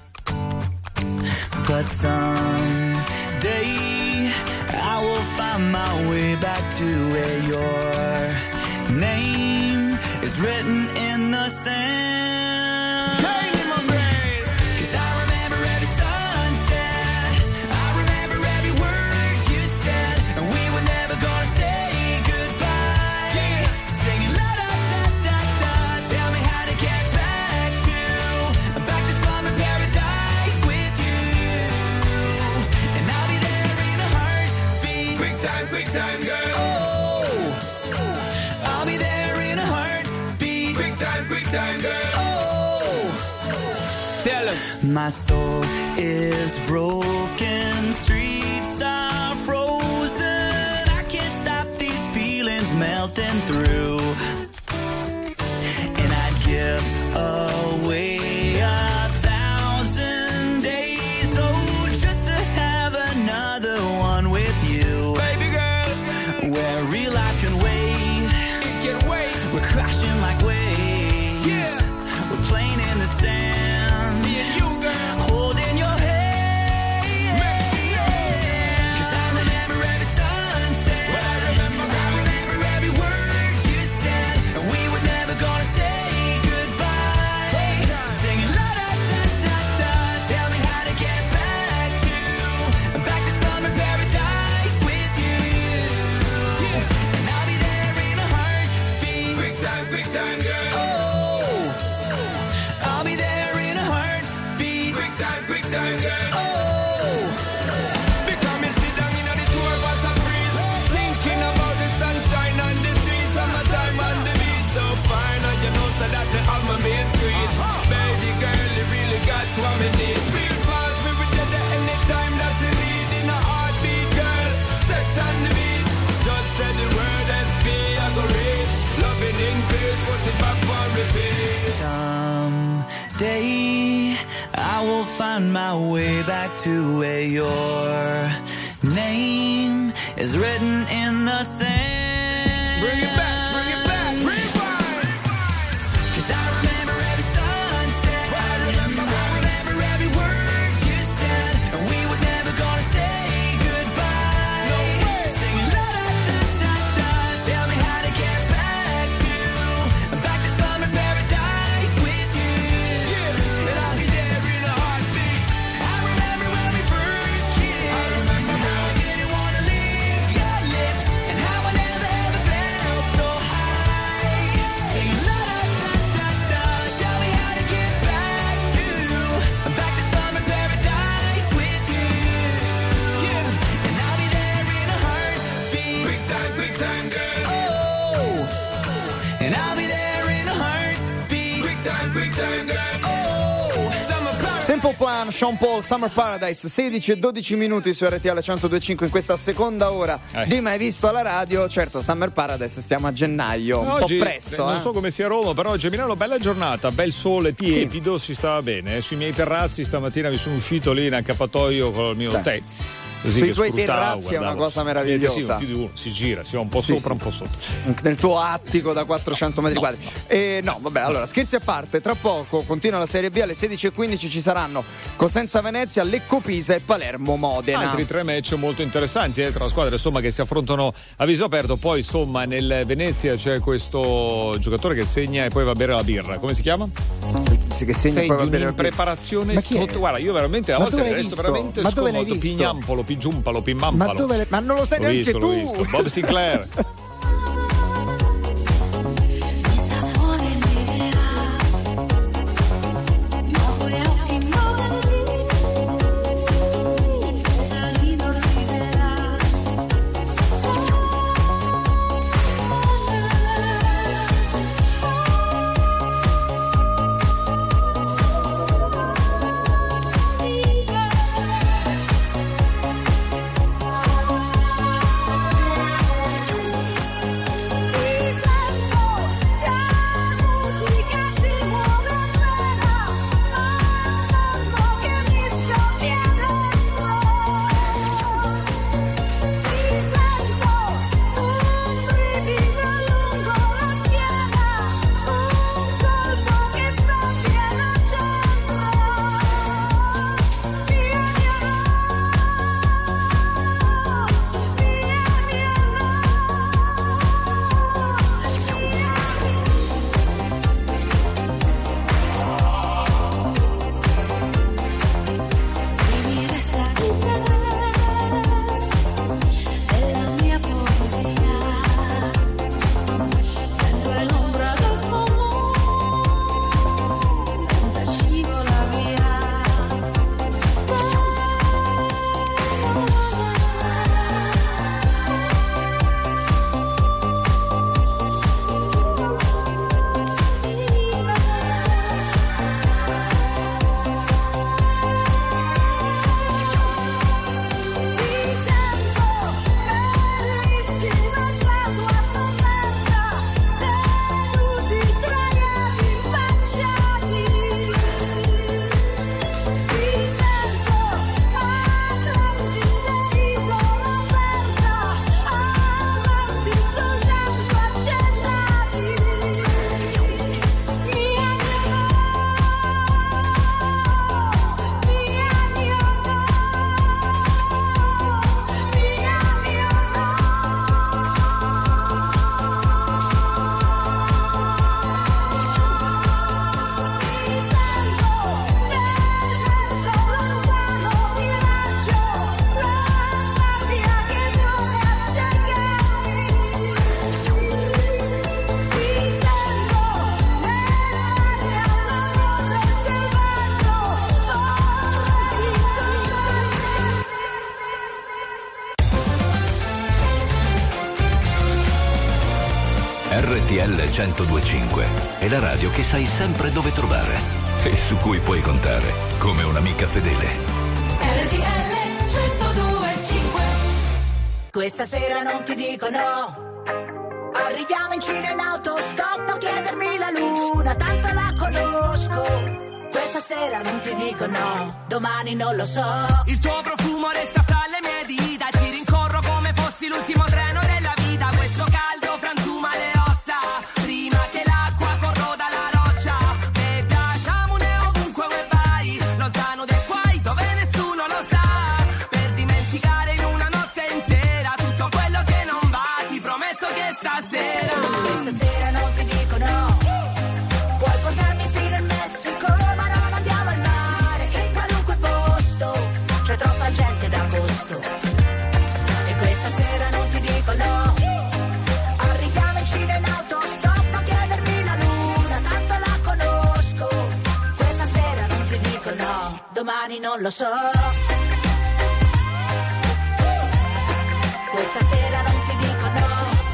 But someday I will find my way back to where your name is written in the sand. Bang in my brain. 'Cause I remember every sunset, I remember every word you said, and we were never gonna say goodbye. Yeah. Singing la da da da da, tell me how to get back to, back to summer paradise with you. And I'll be there in a heartbeat. Quick time, quick time, girl. Oh, I'll be there in a heartbeat. Quick time, quick time, girl. Oh, Tell him. my soul is broken, streets are frozen. I can't stop these feelings melting through. And I'd give away a thousand days, oh, just to have another one with you. Baby girl, Where real life can wait, it can wait. we're crashing like waves. Yeah. We're playing in the sand, Me and you, girl. holding your hand. Yeah. 'Cause I remember every sunset, Well, I remember, I remember every word you said, and we were never gonna say goodbye. Singing la da da da da, tell me how to get back to, back to summer paradise with you. And I'll be there in a heartbeat. Quick time, quick time, girl. Oh, I'll be there in a heartbeat. Quick time, quick time, girl. Oh, Because me sit down in the tour bus a breeze, thinking about the sunshine on the streets, summertime on the beach, so fine, and you know so that the album main street. Baby girl, you really got what me need. Real fast, we be there anytime that you need in a heartbeat, girl. Sex on the beat, just say the word S P, I go read. Loving in peace, put it back on repeat. someday I will find my way back to where your name is written in the sand. Bring it back, bring it back, rewind. 'Cause I remember every sunset, I remember, I remember every word you said, and we were never gonna say goodbye. No way. Singing la da da da da, tell me how to get back to, back to summer paradise with you. And I'll be there in a heartbeat. I remember when we first kissed, I remember and how I didn't wanna leave your lips, and how I never ever felt so high. Singing la da da da da, tell me how to get back to, back to summer paradise with you. And I'll be there in a heartbeat. Quick time, quick time, girl. Oh, and I'll be there in a heartbeat. Quick time, quick time, girl. Oh, Summer Paradise. Simple Plan, Sean Paul, Summer Paradise, sedici e dodici minuti su R T L centodue e cinque in questa seconda ora Eh. di Mai Visto alla Radio. Certo, Summer Paradise, stiamo a gennaio, un Oggi, po' presto. non eh. so come sia a Roma, però oggi a Milano bella giornata, bel sole tiepido, si stava bene. eh. Sui miei terrazzi stamattina mi sono uscito lì in accappatoio con il mio Beh. tè. Così Sui che tuoi scrutavo, terrazzi è una guardavo. cosa meravigliosa. Eh, sì, più di uno, si gira, si va un po' Sì, sopra, sì. un po' sotto. Nel tuo attico da quattrocento metri quadri. E no, vabbè, allora, scherzi a parte, tra poco continua la Serie B, alle sedici e quindici ci saranno Cosenza Venezia, Lecco Pisa e Palermo Modena. Altri tre match molto interessanti eh, tra squadre insomma che si affrontano a viso aperto. Poi insomma nel Venezia c'è questo giocatore che segna e poi va a bere la birra. Come si chiama? Sì, che segna Sei poi va di bene. un'impreparazione Ma chi è? tot- guarda, io veramente a Ma volte dove l'hai resto visto? veramente Ma dove l'hai sconvolto. visto? Pignampolo, Pigiumpalo, Pimampalo. Ma, dove le- ma non lo sai L'ho neanche visto, tu. l'ho visto. Bob Sinclair. No voy a R T L centodue e cinque è la radio che sai sempre dove trovare e su cui puoi contare come un'amica fedele. R T L centodue e cinque. Questa sera non ti dico no. Arriviamo in Cina in autostop, non chiedermi la luna, tanto la conosco. Questa sera non ti dico no, domani non lo so. Il tuo profumo resta fra le mie dita, ti rincorro come fossi l'ultimo treno della vita. Questo caldo frantuma le ossa, prima che l'acqua corroda la roccia. E piacciamone ovunque vuoi vai, lontano dai guai dove nessuno lo sa. Per dimenticare in una notte intera tutto quello che non va, ti prometto che stasera. Questa sera non ti dico no, puoi portarmi fino al Messico, ma non andiamo al mare, in qualunque posto, c'è troppa gente d'agosto. E questa sera non ti dico no, arriviamo in Cina in autostop, a chiedermi la luna, tanto la conosco. Questa sera non ti dico no, domani non lo so. Questa sera non ti dico no,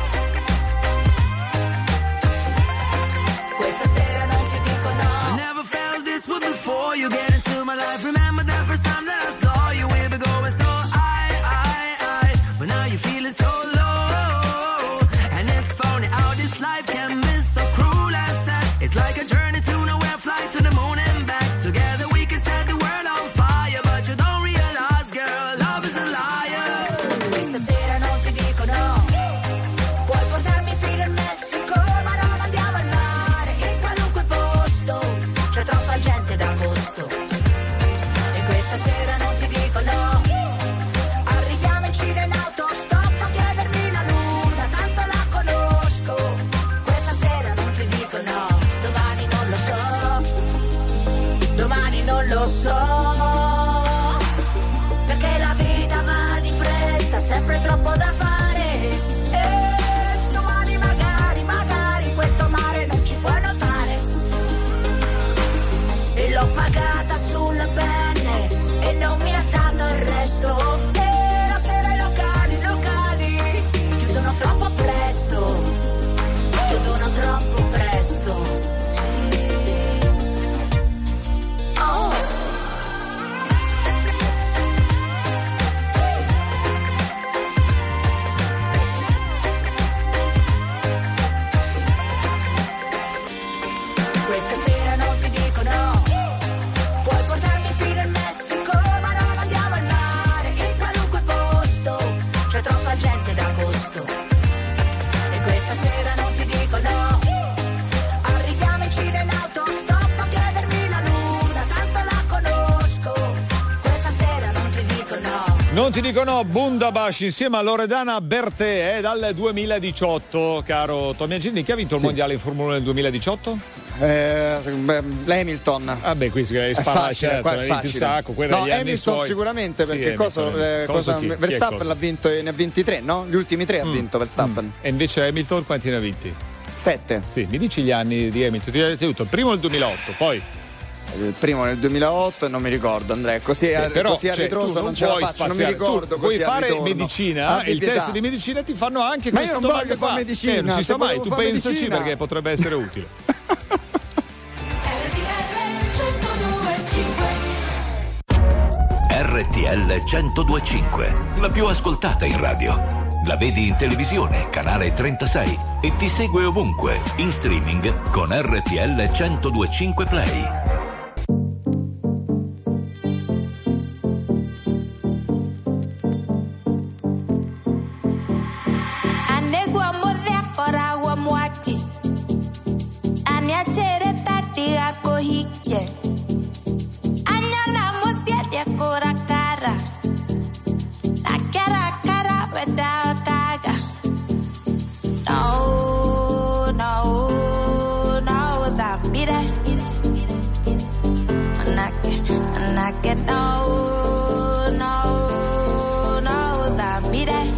questa sera non ti dico no. I never felt this way before you get into my life. Remember the first time that I saw you, we were going so high, high, high. But now you're feeling so low. And it's funny how this life can be so cruel and sad. It's like a journey to nowhere, fly to the moon and back. Together we can set the world on fire. But you don't realize, girl, love is a liar. Questa sera non ti dico no, puoi portarmi fino al Messico, ma non andiamo al mare, in qualunque posto, c'è troppa gente d'agosto. E questa sera non ti dico no, arriviamo in Cina in autostop, a chiedermi la luna, tanto la conosco. Questa sera non ti dico no, domani non lo so, domani non lo so. Perché la vita va di fretta, sempre troppo da fare. E domani magari, magari questo mare non ci puoi notare. E l'ho pagata sulla pelle e non mi ha dato il resto. E la sera i locali, i locali chiudono troppo presto, chiudono troppo presto. Sì. Oh. Questa sera non ti dico no, puoi portarmi fino al Messico, ma non andiamo al mare, in qualunque posto, c'è troppa gente d'agosto. E questa sera non ti dico no, arriviamo in Cina in autostop, a chiedermi la luna, tanto la conosco. Questa sera non ti dico no. Non ti dico no, Bundabash insieme a Loredana Bertè, è dal duemiladiciotto, caro Tommy Gini. Chi ha vinto il Sì. mondiale in Formula uno nel duemiladiciotto? Eh, beh, l'Hamilton. Ah beh, qui si È spara, facile, certo, qua è ne ha vinti un facile. sacco, quelli No, negli anni Hamilton suoi. sicuramente, Sì, perché cosa, Hamilton, eh, Hamilton. cosa- Cosa chi? Chi è Verstappen cosa? l'ha vinto, ne ha ventitré, no? Gli ultimi tre ha vinto Verstappen. E invece Hamilton quanti ne ha vinti? Sette. Sì, mi dici gli anni di Hamilton? Ti ho detto il primo nel duemilaotto, poi Il primo nel duemilaotto e non mi ricordo, Andrea. Così, a, Eh, però, così a cioè, ritroso tu non, non ce la puoi faccio, non mi spaziare. ricordo. Tu puoi così a fare ritorno. medicina, Ah, e il di età. test di medicina ti fanno anche Ma queste io non domande voglio qua. fare medicina, Eh, non si se sa mai, volevo tu fare pensaci medicina. perché potrebbe essere utile. R T L centodue e cinque, la più ascoltata in radio. La vedi in televisione, canale trentasei, e ti segue ovunque, in streaming con R T L centodue e cinque Play. Anegwa modhe korawa mwaki Anyachere tati ako hike Anyana mosia dia kora kara Nakara kara weda kaga No, no, no, that be that Manake, manake, no, no, no, that be that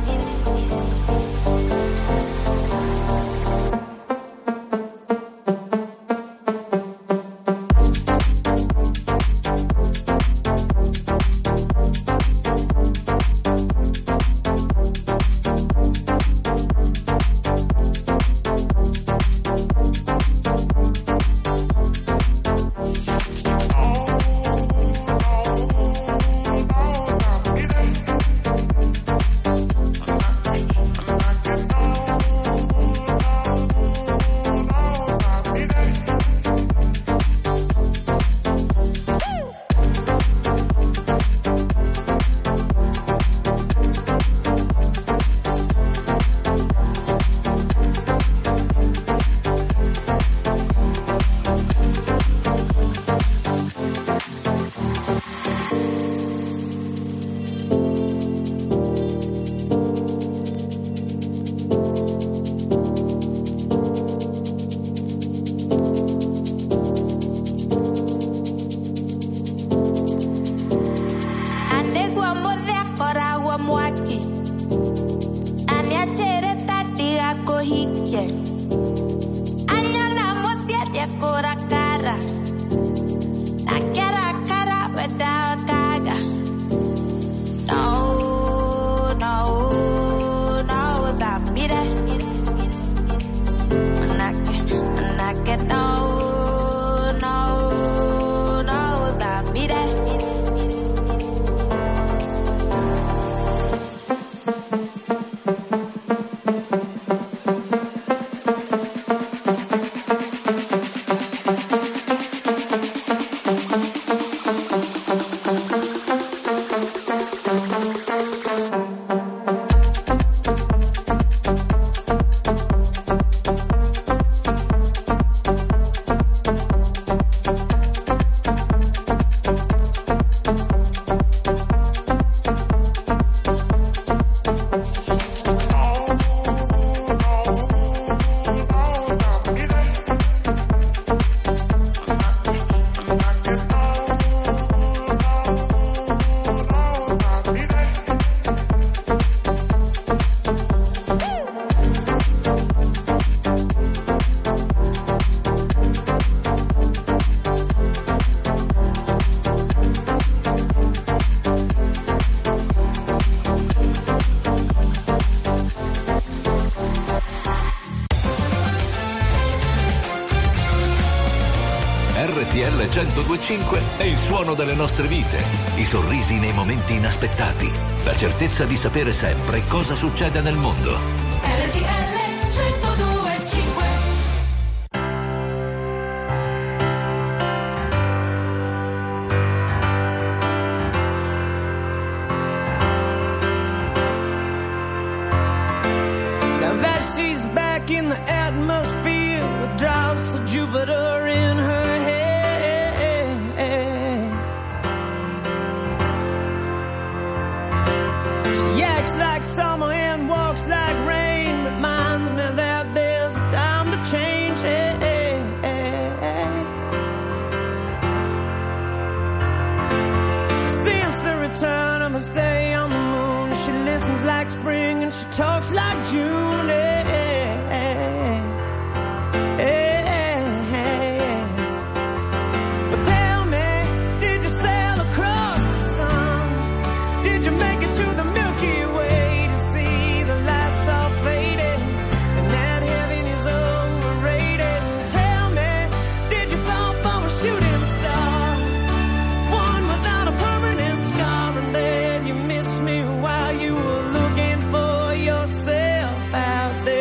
mothe kora wa mwaki. Anya chere tati ako hike. Anya na mosia kora cara. Na cara cara without gaga. No, no, no, that me that. Manake, manake, no, no, no, that me that. R T L centodue e cinque è il suono delle nostre vite, i sorrisi nei momenti inaspettati, la certezza di sapere sempre cosa succede nel mondo. R T L centodue e cinque. Now that she's back in the atmosphere with drops of Jupiter in her head. She acts like summer and walks like rain. Reminds me that there's a time to change. Since the return of her stay on the moon, she listens like spring and she talks like June. But tell me, did you sail across the sun? Did you make it to the Milky Way to see the lights all faded and that heaven is overrated? Tell me, did you fall for a shooting star, one without a permanent scar, and then you missed me while you were looking for yourself out there?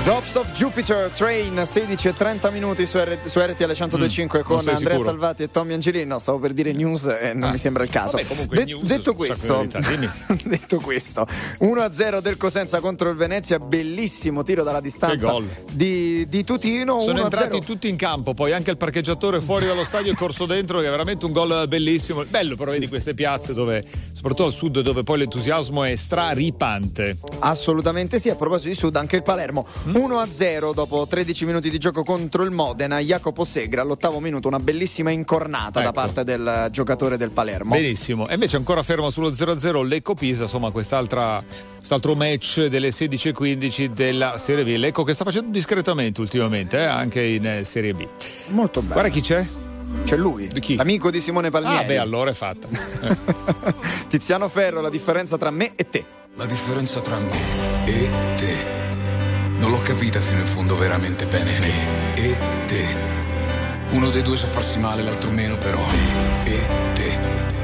Drops of Jupiter Train, sedici e trenta minuti su, R- su R T L centodue e cinque Mm, con non sei Andrea sicuro? Salvati e Tommy Angelini. No, stavo per dire news e non Ah. mi sembra il caso. Vabbè, comunque De- news detto su questo, Sacra Verità, dimmi. detto questo, uno a zero del Cosenza contro il Venezia, bellissimo tiro dalla distanza Che gol. di, di Tutino. Sono uno a entrati zero. tutti in campo, poi anche il parcheggiatore fuori dallo stadio è corso dentro, che è veramente un gol bellissimo. Bello però vedi queste piazze dove, soprattutto al sud, dove poi l'entusiasmo è straripante. Assolutamente sì, a proposito di Sud anche il Palermo uno a zero dopo tredici minuti di gioco contro il Modena. Jacopo Segra all'ottavo minuto, una bellissima incornata da Ecco. parte del giocatore del Palermo. Benissimo, e invece ancora fermo sullo zero a zero Lecco Pisa, insomma quest'altra quest'altro match delle sedici e quindici della Serie B. Lecco che sta facendo discretamente ultimamente, eh, anche in eh, Serie B. Molto bello. Guarda chi c'è? C'è lui, Di chi? l'amico di Simone Palmieri. Ah beh, allora è fatta. Eh. Tiziano Ferro, la differenza tra me e te. La differenza tra me e te non l'ho capita fino in fondo veramente bene. Me e te. Uno dei due sa farsi male, l'altro meno, però. Me e te.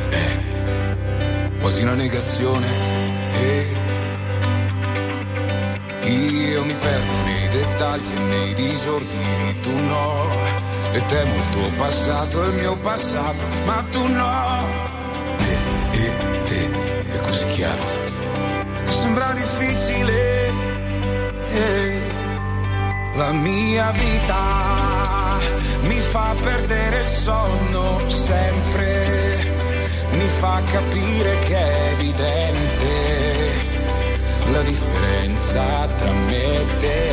È quasi una negazione. E io mi perdo nei dettagli e nei disordini, tu no. E temo il tuo passato e il mio passato, ma tu no. Me e te. È così chiaro. Sembra difficile. Eh, la mia vita mi fa perdere il sonno sempre, mi fa capire che è evidente la differenza tra me e te.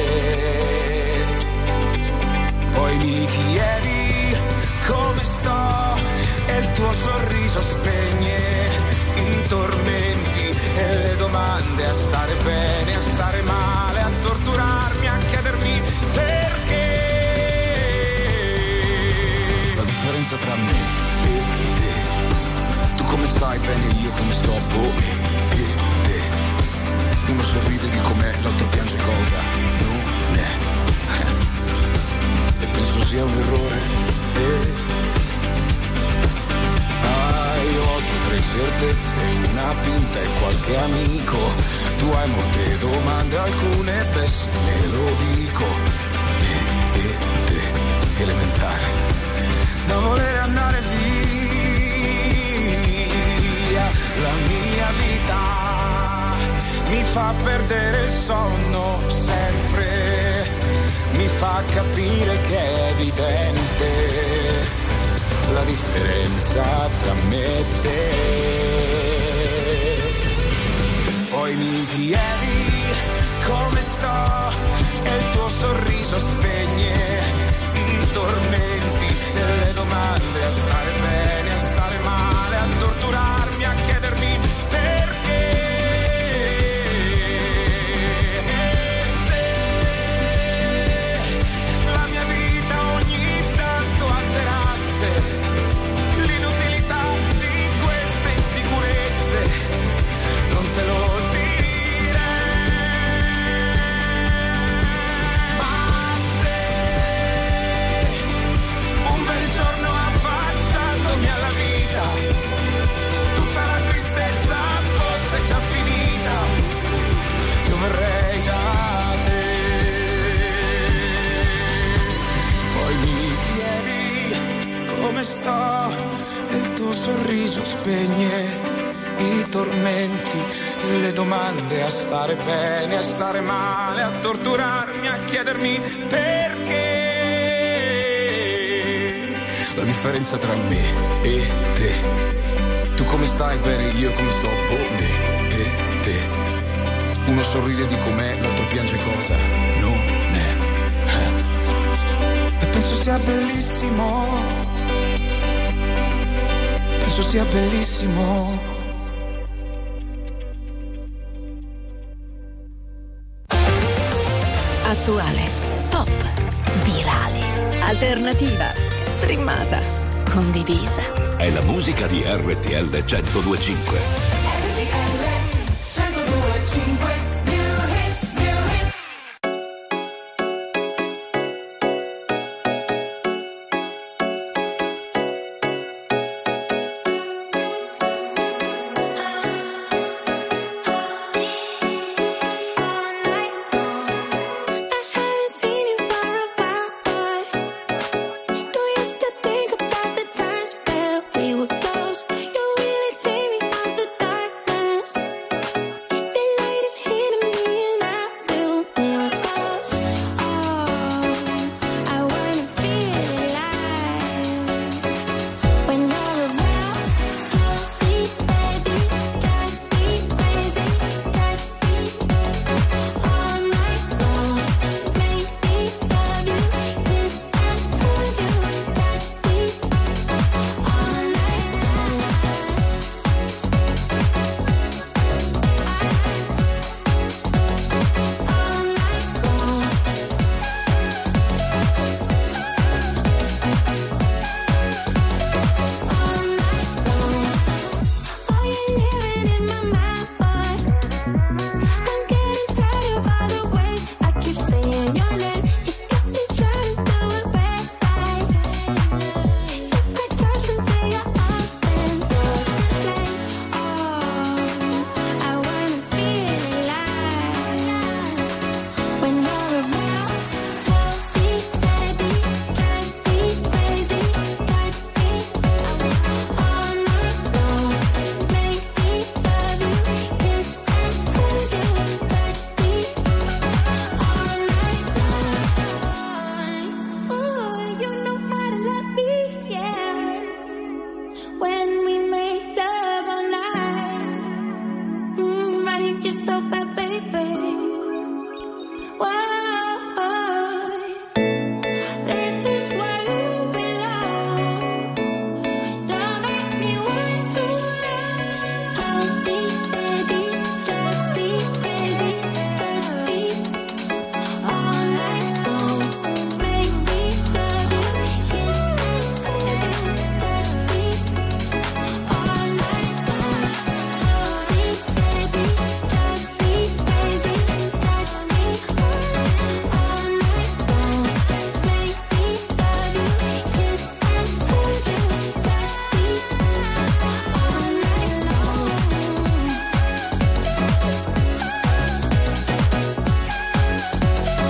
Poi mi chiedi come sto e il tuo sorriso spegne i tormenti e le domande, a stare bene, a stare male, a torturarmi, a chiedermi perché. La differenza tra me e te. Tu come stai bene, io come sto, boh, e te. Uno sorride di com'è, l'altro piange cosa non è. E penso sia un errore. E io ho tre certezze, una pinta e qualche amico. Tu hai molte domande, alcune pessime, lo dico. E, e te, elementare, da voler andare via. La mia vita mi fa perdere il sonno sempre, mi fa capire che è evidente la differenza tra me e te. Poi mi chiedi come sto e il tuo sorriso spegne i tormenti e le domande, a stare bene, a stare male, a torturarmi, a chiedermi perché. E se la mia vita ogni tanto azzerasse l'inutilità di queste insicurezze, non te lo direi, ma se un bel giorno affacciandomi alla vita tutta la tristezza fosse già finita, io verrei da te. Poi mi chiedi come sto e il tuo sorriso spegne i tormenti, le domande, a stare bene, a stare male, a torturarmi, a chiedermi perché. La differenza tra me e te. Tu come stai bene, io come sto, boh, me e te. Uno sorride di com'è, l'altro piange cosa non è. E penso sia bellissimo, penso sia bellissimo. Attuale, pop, virale, alternativa, streamata, condivisa. È la musica di R T L centodue e cinque.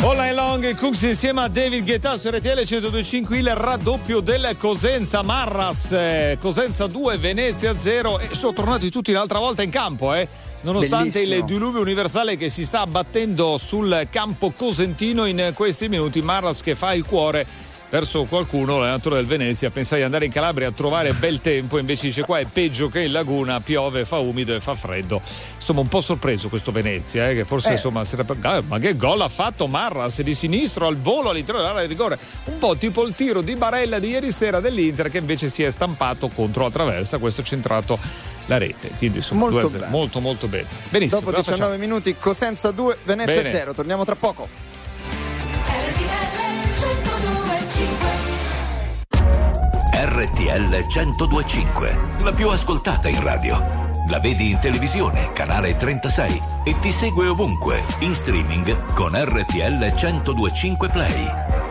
All Night Long, Cooks insieme a David Guetta su R T L centodue e cinque, il raddoppio del Cosenza Marras, eh, Cosenza due, Venezia zero, e sono tornati tutti l'altra volta in campo, eh. Nonostante Bellissimo. il diluvio universale che si sta abbattendo sul campo cosentino in questi minuti, Marras che fa il cuore verso qualcuno, l'allenatore del Venezia pensa di andare in Calabria a trovare bel tempo, invece dice qua è peggio che in laguna, piove, fa umido e fa freddo. Insomma un po' sorpreso questo Venezia, eh, che forse Eh. insomma si era... ma che gol ha fatto Marras di sinistro al volo all'interno dell'area di rigore, un po' tipo il tiro di Barella di ieri sera dell'Inter che invece si è stampato contro la traversa, questo centrato la rete, quindi insomma Molto due a zero, bene. molto molto bene. Benissimo. Dopo cosa diciannove facciamo? minuti Cosenza due, Venezia Bene. zero, torniamo tra poco. R T L centodue e cinque, la più ascoltata in radio. La vedi in televisione, canale trentasei, e ti segue ovunque, in streaming con R T L centodue e cinque Play.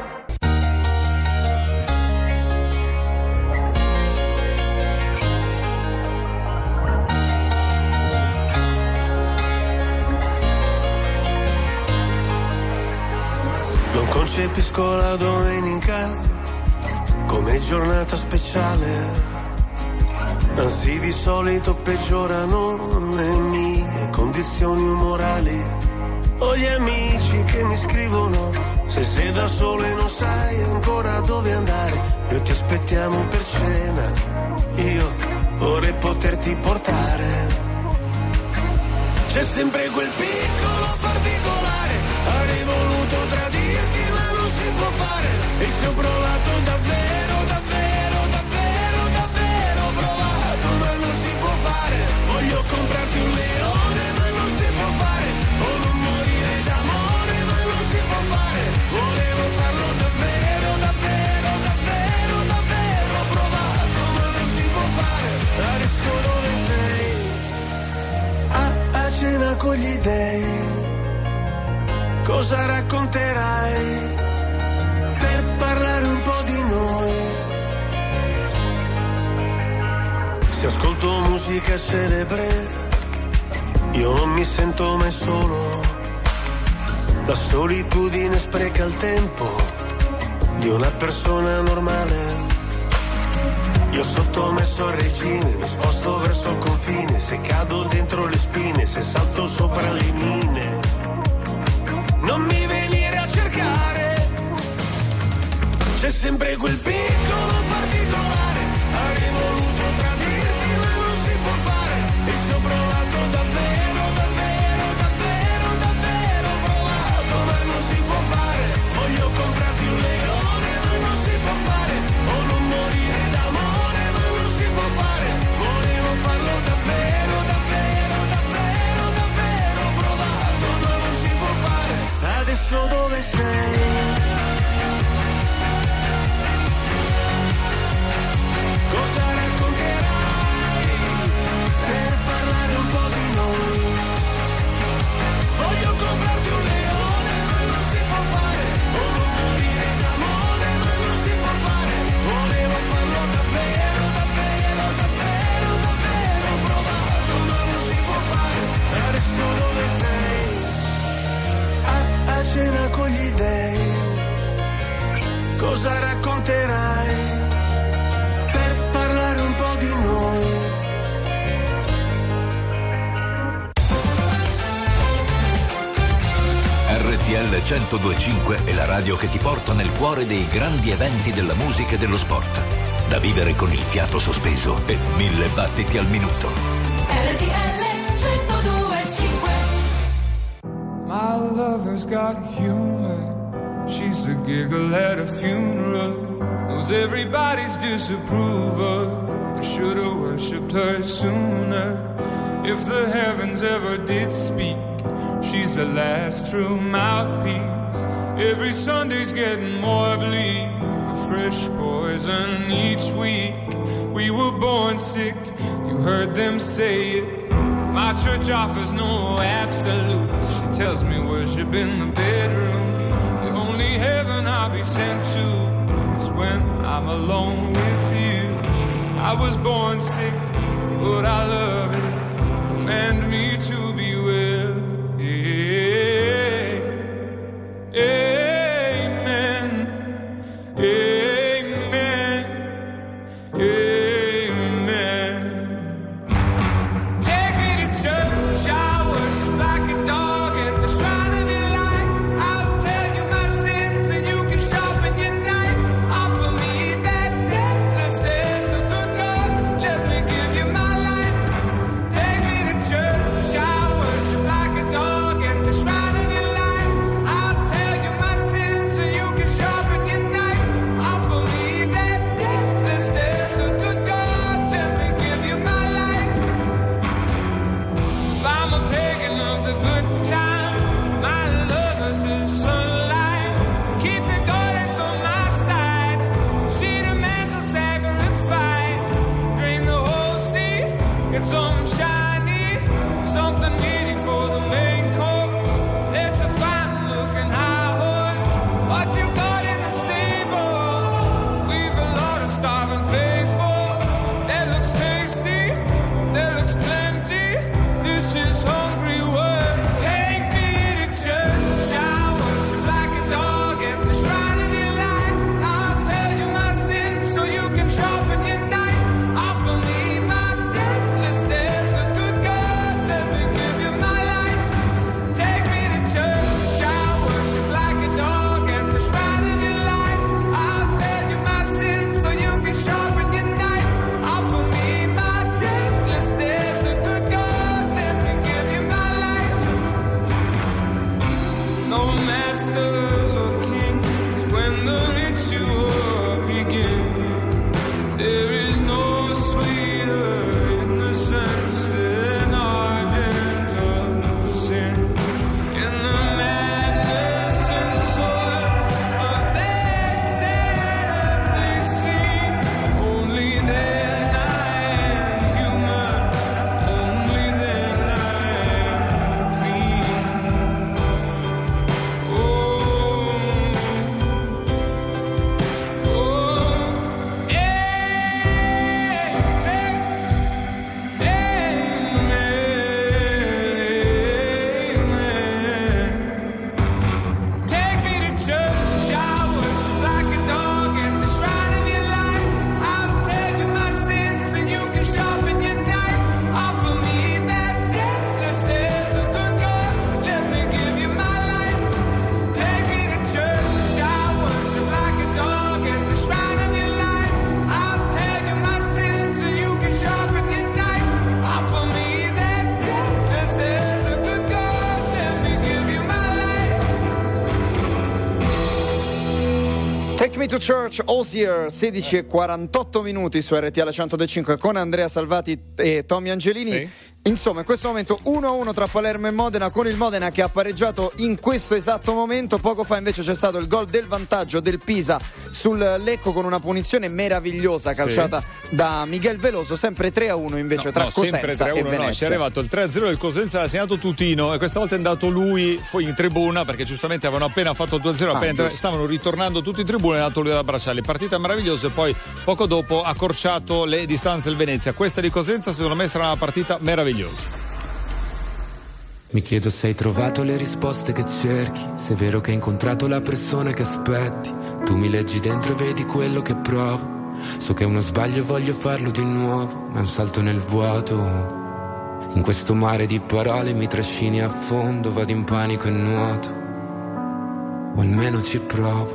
Non concepisco la domenica come giornata speciale, anzi di solito peggiorano le mie condizioni umorali. Ho gli amici che mi scrivono: se sei da solo e non sai ancora dove andare, noi ti aspettiamo per cena, io vorrei poterti portare. C'è sempre quel piccolo particolare, avrei voluto tradirti ma non si può fare, e ci ho provato davvero, davvero, davvero, davvero provato, ma non si può fare. Voglio comprarti un leone ma non si può fare, o non morire d'amore ma non si può fare. Volevo farlo davvero, davvero, davvero, davvero provato, ma non si può fare. Adesso dove sei? A, a cena con gli dèi, cosa racconterai per parlare un po' di noi? Se ascolto musica celebre, io non mi sento mai solo. La solitudine spreca il tempo di una persona normale. Io sottomesso al regime, mi sposto verso il confine, se cado dentro le spine, se salto sopra le mine. Non mi venire a cercare, c'è sempre quel piccolo particolare, avrei voluto tradirti ma non si può fare, e ci ho provato davvero, davvero, davvero, davvero provato, ma non si può fare. Voglio comprarti un leone ma non si può fare, o non morire d'amore ma non si può fare. Volevo farlo davvero, davvero, davvero, davvero provato, ma non si può fare. Adesso dove sei? Cosa racconterai per parlare un po' di noi? Voglio comprarti un leone ma non si può fare, o non morire d'amore ma non si può fare. Volevo farlo davvero, davvero, davvero, davvero provato, ma non si può fare. Adesso dove sei? A, a cena con gli dèi, cosa racconterai per parlare un po' di noi? R T L centodue e cinque è la radio che ti porta nel cuore dei grandi eventi della musica e dello sport. Da vivere con il fiato sospeso e mille battiti al minuto. R T L centodue e cinque. My lover's got humor. She's the giggle at a funeral. Knows everybody's disapproval. I should have worshipped her sooner. If the heavens ever did speak, she's the last true mouthpiece. Every Sunday's getting more bleak, a fresh poison each week. We were born sick, you heard them say it. My church offers no absolutes. She tells me worship in the bedroom. The only heaven I'll be sent to is when I'm alone with you. I was born sick, but I love it. Command me to be well. Yeah, yeah. Me to Church, Osier, sedici e quarantotto minuti su R T L centodue e cinque con Andrea Salvati e Tommy Angelini. Sì. Insomma, in questo momento uno a uno tra Palermo e Modena, con il Modena che ha pareggiato in questo esatto momento. Poco fa invece c'è stato il gol del vantaggio del Pisa sul Lecco con una punizione meravigliosa calciata sì. da Miguel Veloso. Sempre tre a uno invece no, tra no, Cosenza sempre tre a uno, e Venezia. No, ci è arrivato il tre a zero del Cosenza, l'ha segnato Tutino e questa volta è andato lui poi in tribuna perché giustamente avevano appena fatto due a zero, Ah, appena giusto. stavano ritornando tutti in tribuna, è andato lui ad abbracciarli. Partita meravigliosa e poi poco dopo ha accorciato le distanze il Venezia. Questa di Cosenza secondo me sarà una partita meravigliosa. Mi chiedo se hai trovato le risposte che cerchi, se è vero che hai incontrato la persona che aspetti. Tu mi leggi dentro e vedi quello che provo. So che è uno sbaglio e voglio farlo di nuovo, ma è un salto nel vuoto. In questo mare di parole mi trascini a fondo, vado in panico e nuoto, o almeno ci provo.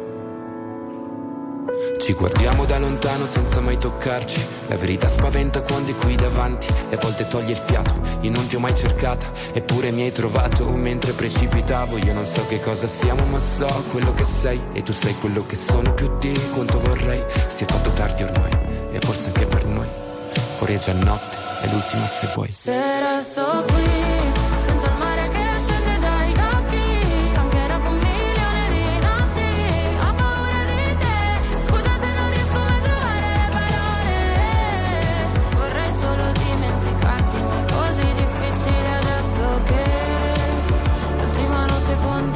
Ci guardiamo da lontano senza mai toccarci. La verità spaventa quando è qui davanti e a volte toglie il fiato. Io non ti ho mai cercata, eppure mi hai trovato mentre precipitavo. Io non so che cosa siamo, ma so quello che sei, e tu sei quello che sono più di quanto vorrei. Si è fatto tardi ormai, e forse anche per noi. Fuori è già notte, è l'ultima se vuoi. Se resto qui, sento il mare che scende dai occhi, anche dopo un milione di notti. Ho paura di te, scusa se non riesco mai a trovare parole. Vorrei solo dimenticarti, ma è così difficile adesso che l'ultima notte con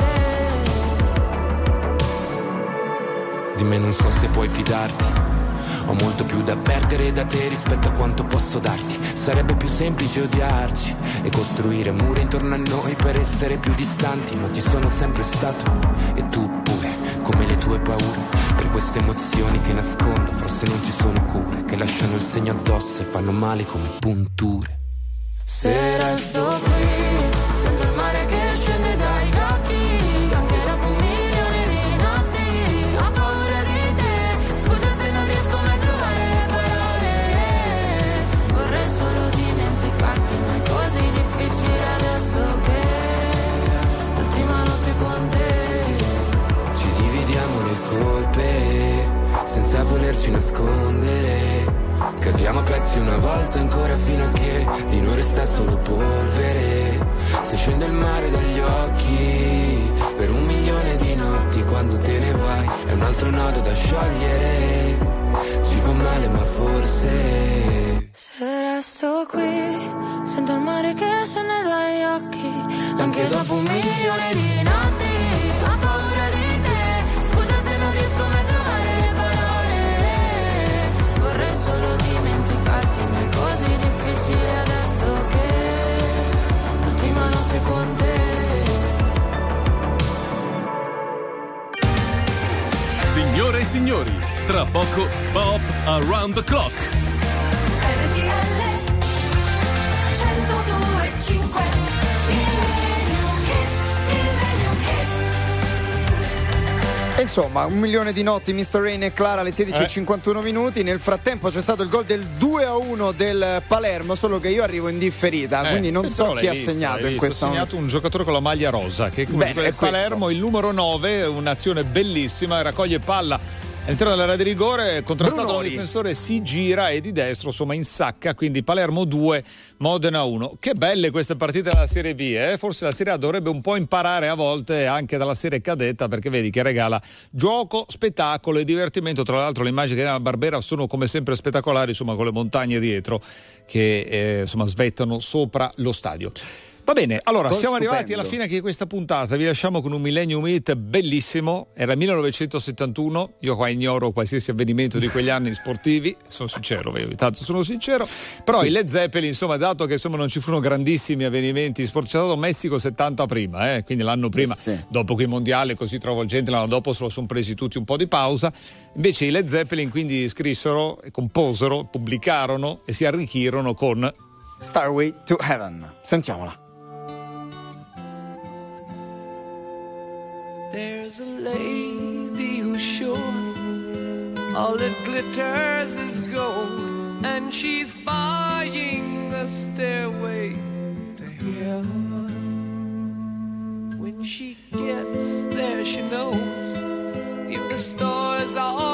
te. Di me non so se puoi fidarti. Ho molto più da perdere da te rispetto a quanto posso darti. Sarebbe più semplice odiarci e costruire mura intorno a noi per essere più distanti, ma ci sono sempre stato, e tu pure, come le tue paure. Per queste emozioni che nascondo forse non ci sono cure, che lasciano il segno addosso e fanno male come punture. Se resto qui, sento il mare che scende dai occhi, anche dopo un milione di notti. Ho paura di te, scusa se non riesco mai a trovare parole. Vorrei solo dimenticarti, ma è così difficile adesso che l'ultima notte con te. Ci dividiamo le colpe senza volerci nascondere. Capiamo a pezzi una volta ancora fino a che di noi resta solo polvere. Se scende il mare dagli occhi per un milione di notti, quando te ne vai è un altro nodo da sciogliere. Ci fa male ma forse se resto qui, sento il mare che scende dagli occhi, anche dopo un milione di notti. Ho paura di te, scusa se non riesco mai a trovare parole. Vorrei solo dimenticarti, ma è così difficile adesso che l'ultima notte con te. Signore e signori, tra poco Pop Around the Clock. R T L centodue e cinque Millennium Hit, Millennium Hit. E insomma, un milione di notti, mister Rain e Clara alle sedici e cinquantuno minuti. Nel frattempo c'è stato il gol del due a uno del Palermo, solo che io arrivo in differita, Eh, quindi non so chi ha visto, segnato in visto, questo ha segnato un giocatore con la maglia rosa che come Beh, dico, è il Palermo, questo. il numero nove, un'azione bellissima, raccoglie palla all'interno dell'area di rigore, contrastato dal Brunori. difensore, si gira e di destro insomma insacca, quindi Palermo due, Modena uno. Che belle queste partite della Serie B, eh? Forse la Serie A dovrebbe un po' imparare a volte anche dalla serie cadetta, perché vedi che regala gioco, spettacolo e divertimento. Tra l'altro le immagini della Barbera sono come sempre spettacolari, insomma, con le montagne dietro che eh, insomma svettano sopra lo stadio. Va bene, allora Gol siamo arrivati stupendo. alla fine anche di questa puntata. Vi lasciamo con un Millennium Hit bellissimo. Era il millenovecentosettantuno. Io qua ignoro qualsiasi avvenimento di quegli anni sportivi. Sono sincero, tanto sono sincero. Però Sì. i Led Zeppelin, insomma, dato che insomma non ci furono grandissimi avvenimenti sportivi, c'è stato Messico settanta prima, eh, quindi l'anno prima, Sì. dopo quei mondiali così travolgenti, l'anno dopo se lo sono presi tutti un po' di pausa. Invece i Led Zeppelin quindi scrissero, e composero, pubblicarono e si arricchirono con Starway to Heaven. Sentiamola. There's a lady who's sure all that glitters is gold, and she's buying a stairway to heaven. When she gets there, she knows if the stars are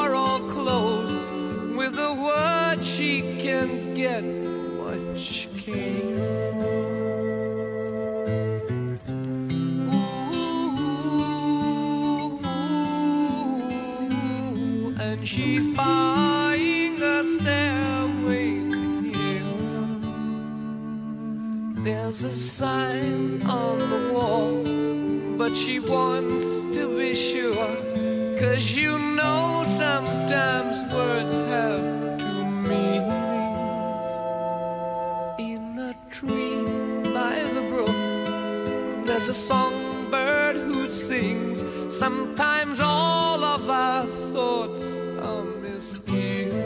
She's buying a stairway to heaven. There's a sign on the wall, but she wants to be sure. 'Cause you know sometimes words have two meanings. In a tree by the brook, there's a songbird who sings. Sometimes all of our thoughts are misgiven.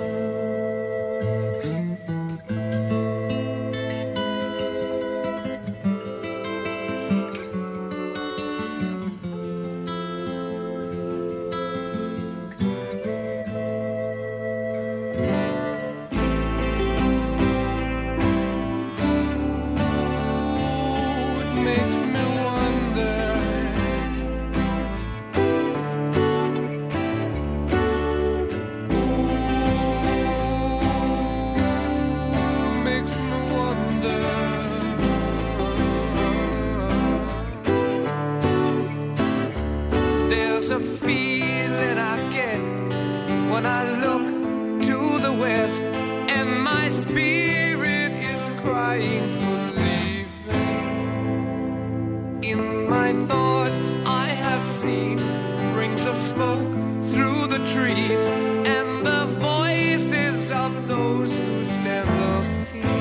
A feeling I get when I look to the west, and my spirit is crying for leaving. In my thoughts I have seen rings of smoke through the trees, and the voices of those who stand looking.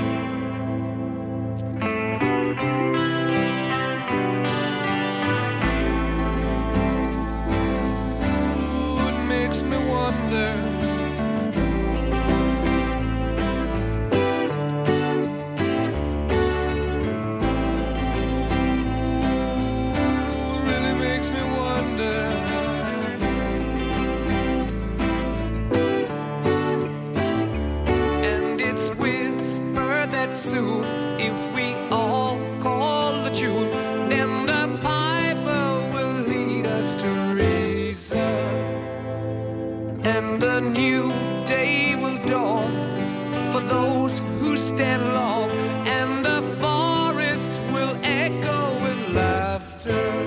Soon, if we all call the tune, then the piper will lead us to reason, and a new day will dawn for those who stand long, and the forests will echo with laughter.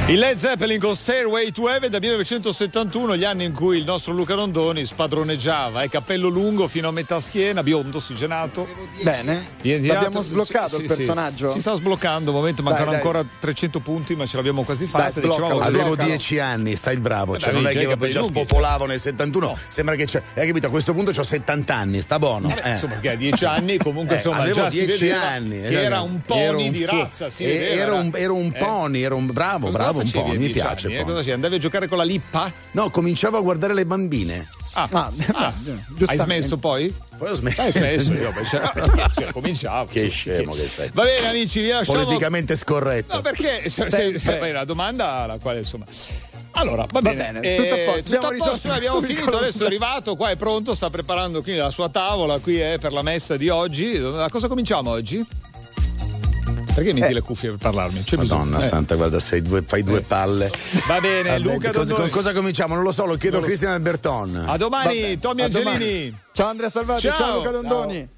Il Led Zeppelin con Stairway to Heaven da millenovecentosettantuno, gli anni in cui il nostro Luca Rondoni spadroneggiava, è cappello lungo fino a metà schiena, biondo, ossigenato. Bene, l'abbiamo sbloccato il personaggio. Sì, si sta sbloccando, un momento, mancano Dai, dai. ancora trecento punti, ma ce l'abbiamo quasi fatta. Dai, Dicevamo, Avevo dieci anni, stai il bravo, cioè Eh, non è dai, che capelli già lunghi, spopolavo nel settantuno, no. Sembra che c'è, hai capito, a questo punto ho settanta anni, sta buono. Vabbè, eh. insomma, che a dieci anni comunque Eh, insomma avevo già si dieci vedeva anni, che era un ero pony un di fu- razza, si eh, vedeva, ero un, ero un eh. pony, ero un bravo, Cosa bravo un facevi a pony, mi dieci piace. anni, eh? pony. Cosa facevi? Andavi a giocare con la lippa? No, cominciavo a guardare le bambine. Ah, Ah, ah, hai smesso poi? Poi ho smesso. Hai smesso, io invece no, cioè, cominciavo. Che sì, scemo sì. che sei. Va bene amici, vi lasciamo. Politicamente scorretto. No, perché se, se, Sempre. se, beh, la domanda alla quale insomma. Allora, va Va bene, bene, tutto a posto, tutto abbiamo a posto, risolto noi abbiamo questo finito, piccolo adesso è arrivato, qua è pronto, sta preparando qui la sua tavola, qui è per la messa di oggi. Da cosa cominciamo oggi? Perché metti Eh. le cuffie per parlarmi? C'è Madonna bisogno. Eh. santa, guarda, sei due, fai due palle. Va bene, Vabbè, Luca cosa, Dondoni. con cosa cominciamo? Non lo so, lo chiedo Non a lo Cristian Alberton. A domani, Vabbè, Tommy a domani. Angelini. Ciao Andrea Salvati, ciao, Ciao. Luca Dondoni.